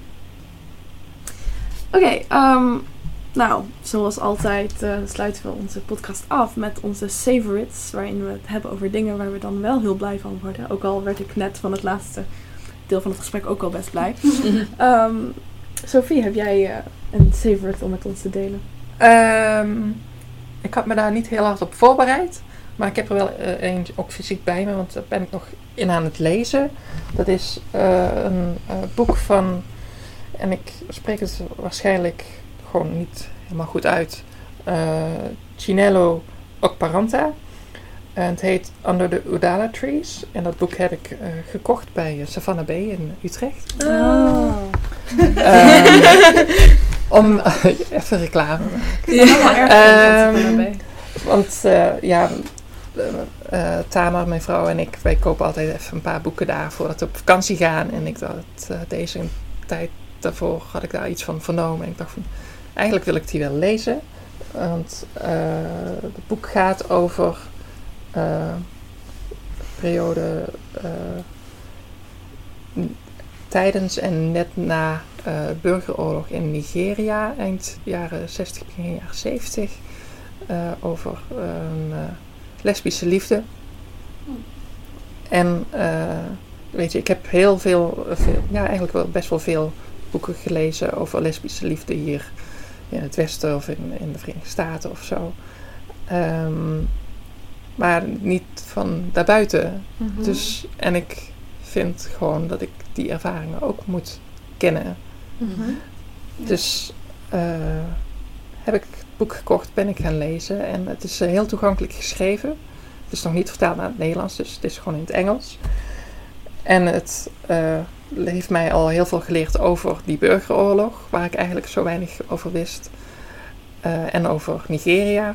Oké, nou, zoals altijd sluiten we onze podcast af met onze favorites, waarin we het hebben over dingen waar we dan wel heel blij van worden. Ook al werd ik net van het laatste deel van het gesprek ook al best blij. Sophie, heb jij een favorite om met ons te delen? Ik had me daar niet heel hard op voorbereid. Maar ik heb er wel eentje ook fysiek bij me. Want daar ben ik nog in aan het lezen. Dat is een boek van... En ik spreek het waarschijnlijk gewoon niet helemaal goed uit. Chinelo Okparanta. En het heet Under the Udala Trees. En dat boek heb ik gekocht bij Savannah Bay in Utrecht. Om even reclame. Want Tamar, mijn vrouw en ik, wij kopen altijd even een paar boeken daar voordat we op vakantie gaan. En ik dacht, deze tijd daarvoor had ik daar iets van vernomen. En ik dacht van, eigenlijk wil ik die wel lezen. Want het boek gaat over periode tijdens en net na burgeroorlog in Nigeria, eind jaren 60, begin jaren 70, over lesbische liefde. En weet je, ik heb heel veel, eigenlijk wel best wel veel boeken gelezen over lesbische liefde hier in het Westen of in de Verenigde Staten of zo. Maar niet van daarbuiten. Mm-hmm. Dus, en ik vind gewoon dat ik die ervaringen ook moet kennen. Mm-hmm. Dus heb ik het boek gekocht, ben ik gaan lezen. En het is heel toegankelijk geschreven. Het is nog niet vertaald naar het Nederlands, dus het is gewoon in het Engels. En het heeft mij al heel veel geleerd over die burgeroorlog, waar ik eigenlijk zo weinig over wist. En over Nigeria.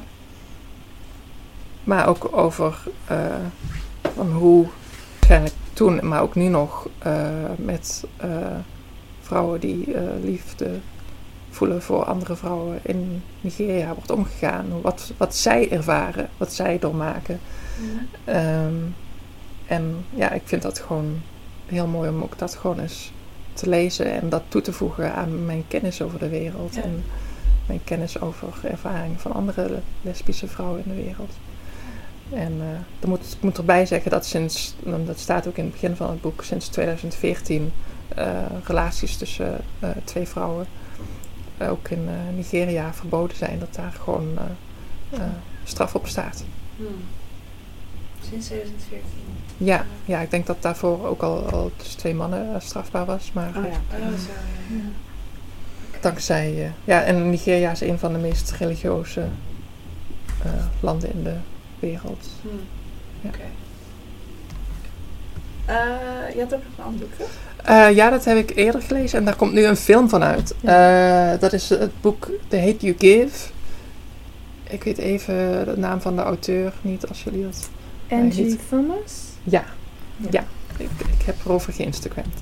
Maar ook over van hoe waarschijnlijk toen, maar ook nu nog, met vrouwen die liefde voelen voor andere vrouwen in Nigeria wordt omgegaan. Wat zij ervaren, wat zij doormaken. En ja, ik vind dat gewoon heel mooi om ook dat gewoon eens te lezen en dat toe te voegen aan mijn kennis over de wereld. Ja. En mijn kennis over ervaringen van andere lesbische vrouwen in de wereld. En ik moet erbij zeggen dat dat staat ook in het begin van het boek, sinds 2014 relaties tussen twee vrouwen ook in Nigeria verboden zijn. Dat daar gewoon straf op staat. Sinds 2014? Ja, ik denk dat daarvoor ook al tussen twee mannen strafbaar was. Maar dankzij... en Nigeria is een van de meest religieuze landen in de wereld. Ja. Oké. Je had ook nog een ander boek, toch? Ja, dat heb ik eerder gelezen en daar komt nu een film van uit. Ja. Dat is het boek The Hate You Give. Ik weet even de naam van de auteur niet, als jullie dat... Angie Thomas? Ja. Ik heb erover geïnstagramd.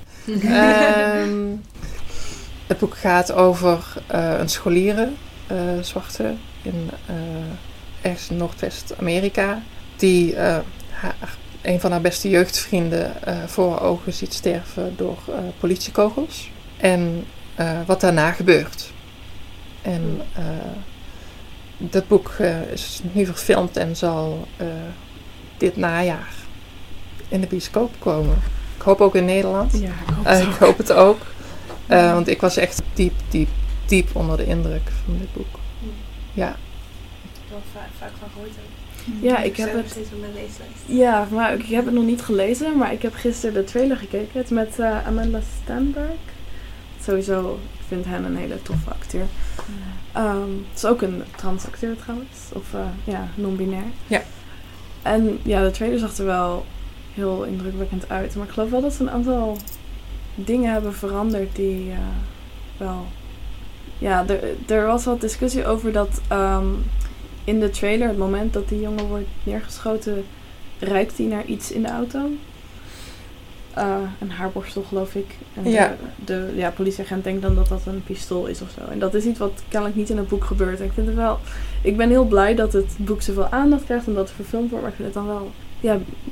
Het boek gaat over een scholiere, zwarte, in ergens in Noordwest-Amerika, die een van haar beste jeugdvrienden voor haar ogen ziet sterven door politiekogels. En wat daarna gebeurt. En dat boek is nu verfilmd en zal dit najaar in de bioscoop komen. Ik hoop ook in Nederland. Ja, ik hoop het ook. Want ik was echt diep onder de indruk van dit boek. Ja. Ik heb wel vaak van gehoord ook. Ja, ik heb het steeds op mijn leeslijst. Ja, maar ik heb het nog niet gelezen, maar ik heb gisteren de trailer gekeken. Het is met Amanda Stenberg. Sowieso, ik vind hen een hele toffe acteur. Het is ook een transacteur trouwens. Of non-binair. Ja. En ja, de trailer zag er wel heel indrukwekkend uit. Maar ik geloof wel dat ze een aantal dingen hebben veranderd die wel... Ja, er was wat discussie over dat in de trailer, het moment dat die jongen wordt neergeschoten, ruikt hij naar iets in de auto. Een haarborstel, geloof ik. En de politieagent denkt dan dat dat een pistool is of zo. En dat is iets wat kennelijk niet in het boek gebeurt. En ik vind het wel... Ik ben heel blij dat het boek zoveel aandacht krijgt en dat het verfilmd wordt. Maar ik vind het dan wel... Ja,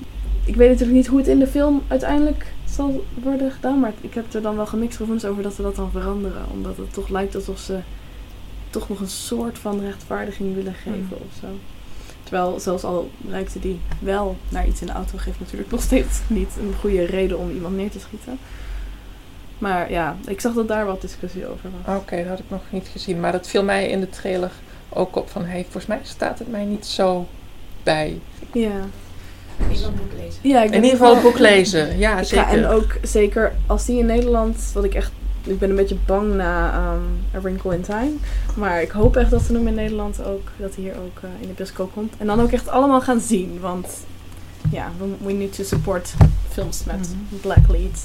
ik weet natuurlijk niet hoe het in de film uiteindelijk zal worden gedaan. Maar ik heb er dan wel gemixt gevoelens over dat ze dat dan veranderen. Omdat het toch lijkt alsof ze toch nog een soort van rechtvaardiging willen geven of zo. Terwijl zelfs al reikte die wel naar iets in de auto, geeft natuurlijk nog steeds niet een goede reden om iemand neer te schieten. Maar ja, ik zag dat daar wat discussie over was. Oké, dat had ik nog niet gezien. Maar dat viel mij in de trailer ook op van, volgens mij staat het mij niet zo bij. Ja. Ik wil het boek lezen. Ja, In ieder geval het boek lezen. Ja, zeker. Ja, en ook zeker als die in Nederland, ik ben een beetje bang na A Wrinkle in Time. Maar ik hoop echt dat ze hem in Nederland ook, dat hij hier ook in de bioscoop komt. En dan ook echt allemaal gaan zien. Want ja, we need to support films met black leads.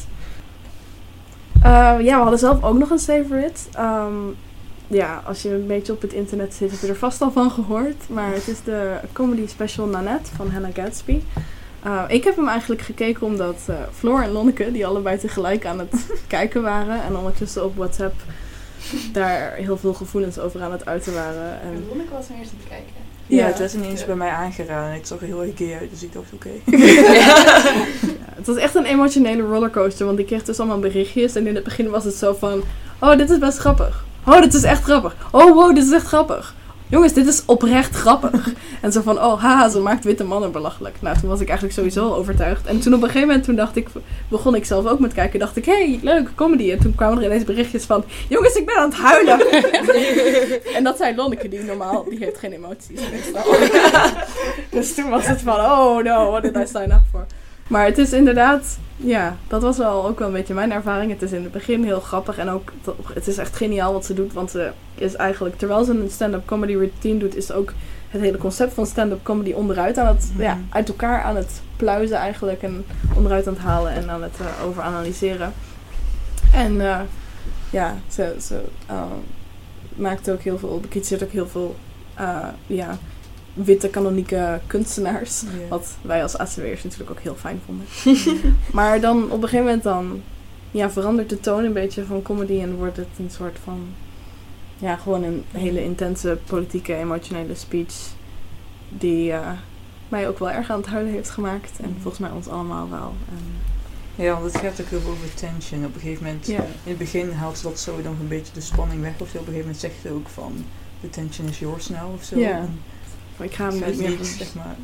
We hadden zelf ook nog een favorite. Als je een beetje op het internet zit, heb je er vast al van gehoord. Maar het is de comedy special Nanette van Hannah Gadsby. Ik heb hem eigenlijk gekeken omdat Floor en Lonneke, die allebei tegelijk aan het kijken waren. En ondertussen op WhatsApp daar heel veel gevoelens over aan het uiten waren. En Lonneke was hem eerst aan het kijken. Ja, het werd ineens bij mij aangeraden. Het zag er heel erg gay uit, dus ik dacht oké. Het was echt een emotionele rollercoaster, want ik kreeg dus allemaal berichtjes. En in het begin was het zo van, oh, dit is best grappig. Oh, dit is echt grappig. Oh, wow, dit is echt grappig. Jongens, dit is oprecht grappig. En zo van, oh, haha, ze maakt witte mannen belachelijk. Nou, toen was ik eigenlijk sowieso overtuigd. En toen op een gegeven moment, begon ik zelf ook met kijken. Dacht ik, hey, leuk, comedy. En toen kwamen er ineens berichtjes van, jongens, ik ben aan het huilen. En dat zei Lonneke, die heeft geen emoties. Dus toen was het van, oh no, what did I sign up for? Maar het is inderdaad, ja, dat was ook wel een beetje mijn ervaring. Het is in het begin heel grappig en ook, het is echt geniaal wat ze doet. Want ze is eigenlijk, terwijl ze een stand-up comedy routine doet, is ook het hele concept van stand-up comedy onderuit aan het, uit elkaar aan het pluizen eigenlijk. En onderuit aan het halen en aan het overanalyseren. En ze maakt ook heel veel, bekritiseert ook heel veel, witte kanonieke kunstenaars. Yeah. Wat wij als ACW'ers natuurlijk ook heel fijn vonden. Maar dan op een gegeven moment verandert de toon een beetje van comedy en wordt het een soort van gewoon een hele intense politieke, emotionele speech die mij ook wel erg aan het huilen heeft gemaakt. En volgens mij ons allemaal wel. Ja, want het gaat ook heel veel over tension. Op een gegeven moment, in het begin haalt ze dat zo dan een beetje de spanning weg of zo. Op een gegeven moment zegt ze ook van, the tension is yours now of zo. Yeah. Maar ik ga hem niet meer zeg maar.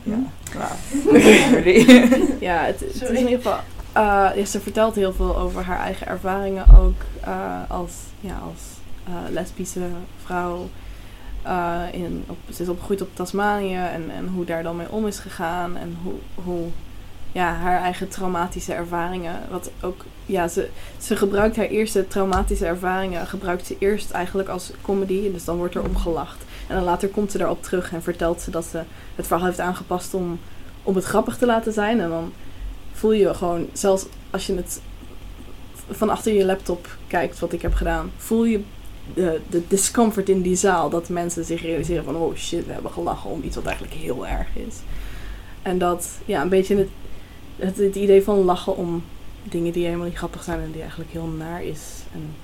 Ja, het is in ieder geval. Ze vertelt heel veel over haar eigen ervaringen ook als lesbische vrouw. Ze is opgegroeid op Tasmanië en hoe daar dan mee om is gegaan en hoe haar eigen traumatische ervaringen. Wat ook, ze gebruikt haar eerste traumatische ervaringen eerst eigenlijk als comedy, dus dan wordt er om gelacht. En dan later komt ze daarop terug en vertelt ze dat ze het verhaal heeft aangepast om het grappig te laten zijn. En dan voel je gewoon, zelfs als je het van achter je laptop kijkt, wat ik heb gedaan, voel je de discomfort in die zaal. Dat mensen zich realiseren van, oh shit, we hebben gelachen om iets wat eigenlijk heel erg is. En dat, een beetje het idee van lachen om dingen die helemaal niet grappig zijn en die eigenlijk heel naar is. En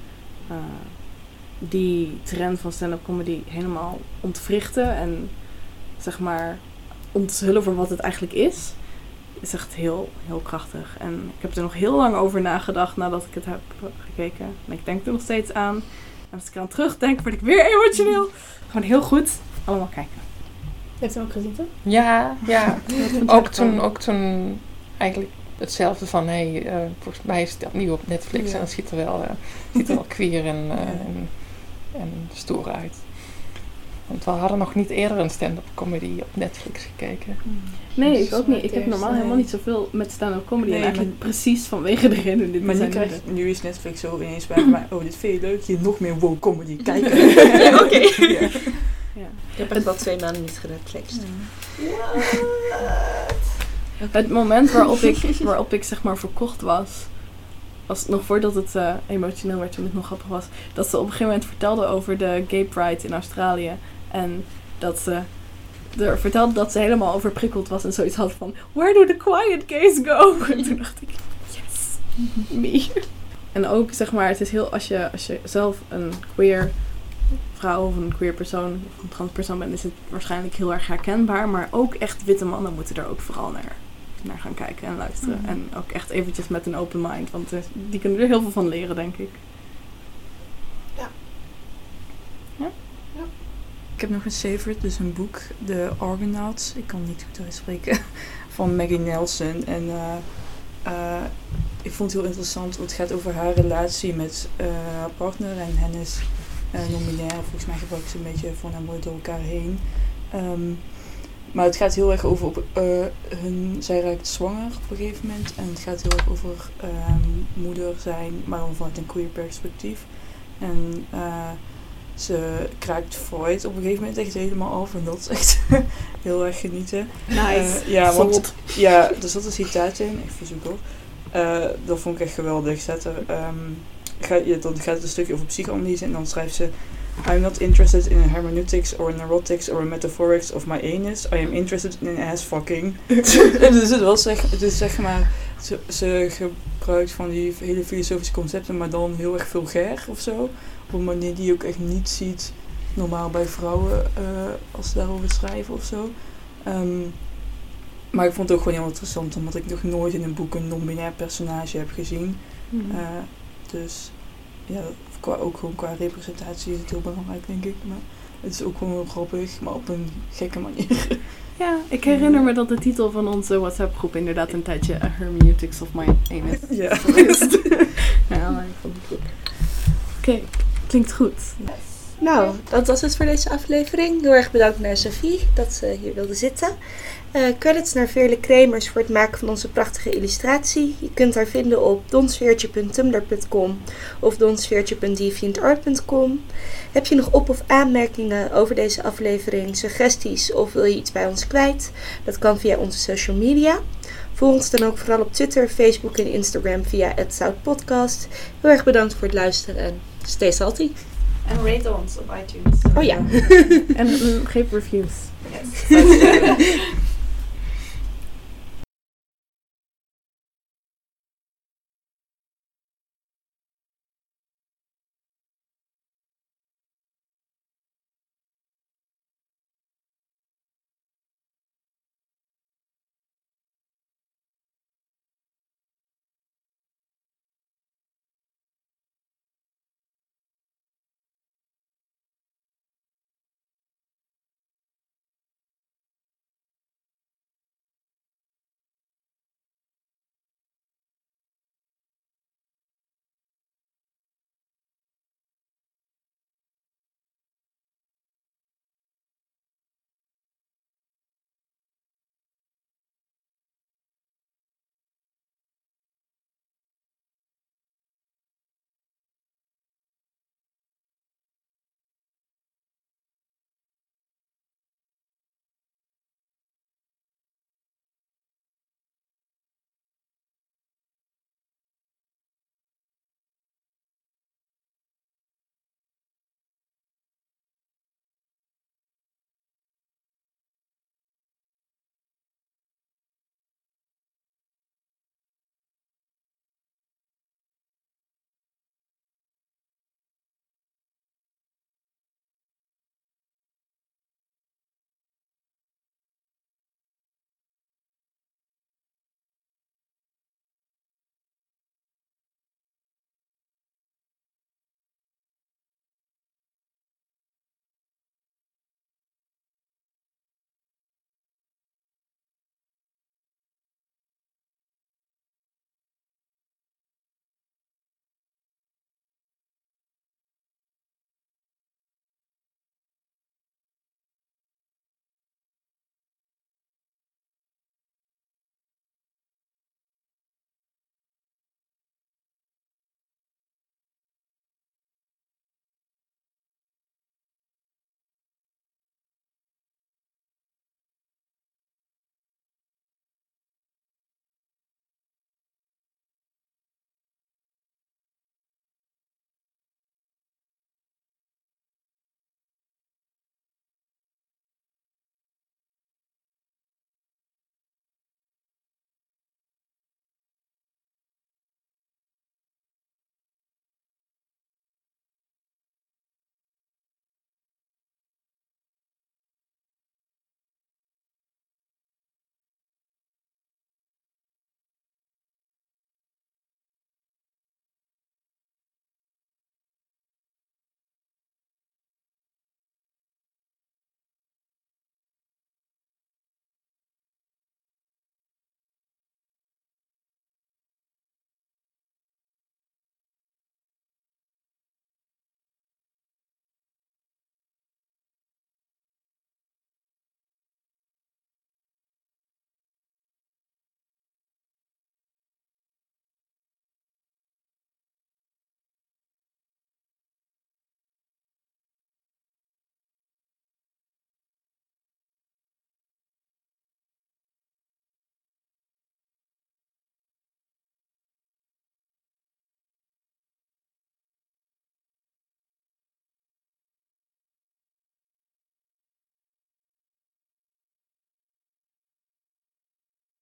die trend van stand-up comedy helemaal ontwrichten en zeg maar onthullen voor wat het eigenlijk is echt heel, heel krachtig. En ik heb er nog heel lang over nagedacht nadat ik het heb gekeken. En ik denk er nog steeds aan. En als ik eraan terugdenk, word ik weer emotioneel. Gewoon heel goed. Allemaal kijken. Heeft u hem ook gezien, toch? Ja. ook toen eigenlijk hetzelfde van, volgens mij is het nieuw op Netflix en het ziet er wel queer en stoer uit. Want we hadden nog niet eerder een stand-up comedy op Netflix gekeken. Nee, ik ook niet. Ik heb normaal helemaal niet zoveel met stand-up comedy. En eigenlijk precies vanwege de reden dit. Maar nu is Netflix zo ineens bij mij, oh, dit vind je leuk, je nog meer woke comedy kijken. Oké. Ik heb echt wel 2 maanden niet genetflixt. Het moment waarop ik zeg maar verkocht was nog voordat het emotioneel werd, toen het nog grappig was, dat ze op een gegeven moment vertelde over de Gay Pride in Australië. En dat ze vertelde dat ze helemaal overprikkeld was en zoiets had van, where do the quiet gays go? En toen dacht ik, yes, me. En ook, zeg maar, het is heel, als je zelf een queer vrouw of een queer persoon of een trans persoon bent, is het waarschijnlijk heel erg herkenbaar. Maar ook echt witte mannen moeten er ook vooral naar naar gaan kijken en luisteren. En ook echt eventjes met een open mind. Want die kunnen er heel veel van leren, denk ik. Ja. Ik heb nog een favorite, dus een boek. The Argonauts. Ik kan niet goed uitspreken. Van Maggie Nelson. En ik vond het heel interessant. Want het gaat over haar relatie met haar partner. En hen is non-binair. Volgens mij gebruikt ze een beetje van en mooi door elkaar heen. Maar het gaat heel erg over zij raakt zwanger op een gegeven moment. En het gaat heel erg over moeder zijn, maar dan vanuit een queer perspectief. En ze kraakt Freud op een gegeven moment echt helemaal af. En dat is echt heel erg genieten. Nice. Ja, want er zat een citaat in. Ik verzoek op. Dat vond ik echt geweldig. Dan gaat het een stukje over psychoanalyse. En dan schrijft ze... I'm not interested in hermeneutics or neurotics or metaphorics of my anus. I am interested in ass fucking. Dus het was zeg maar... Ze gebruikt van die hele filosofische concepten, maar dan heel erg vulgair of zo. Op een manier die je ook echt niet ziet normaal bij vrouwen als ze daarover schrijven of zo. Maar ik vond het ook gewoon heel interessant, omdat ik nog nooit in een boek een non-binair personage heb gezien. Dus ja, ook gewoon qua representatie is het heel belangrijk, denk ik. Maar het is ook gewoon heel grappig, maar op een gekke manier. Ja, ik herinner me dat de titel van onze WhatsApp-groep inderdaad een tijdje Hermeneutics of My Anus Ja. geweest. Ja, ik vond het goed. Oké, klinkt goed. Nou, dat was het voor deze aflevering. Heel erg bedankt naar Sophie dat ze hier wilde zitten. Credits naar Veerle Kremers voor het maken van onze prachtige illustratie. Je kunt haar vinden op donsfeertje.tumblr.com of donsfeertje.deviantart.com. Heb je nog op- of aanmerkingen over deze aflevering, suggesties of wil je iets bij ons kwijt? Dat kan via onze social media. Volg ons dan ook vooral op Twitter, Facebook en Instagram via @zoutpodcast. Heel erg bedankt voor het luisteren en stay salty. En rate ons op iTunes. Oh ja. En geef reviews. Yes.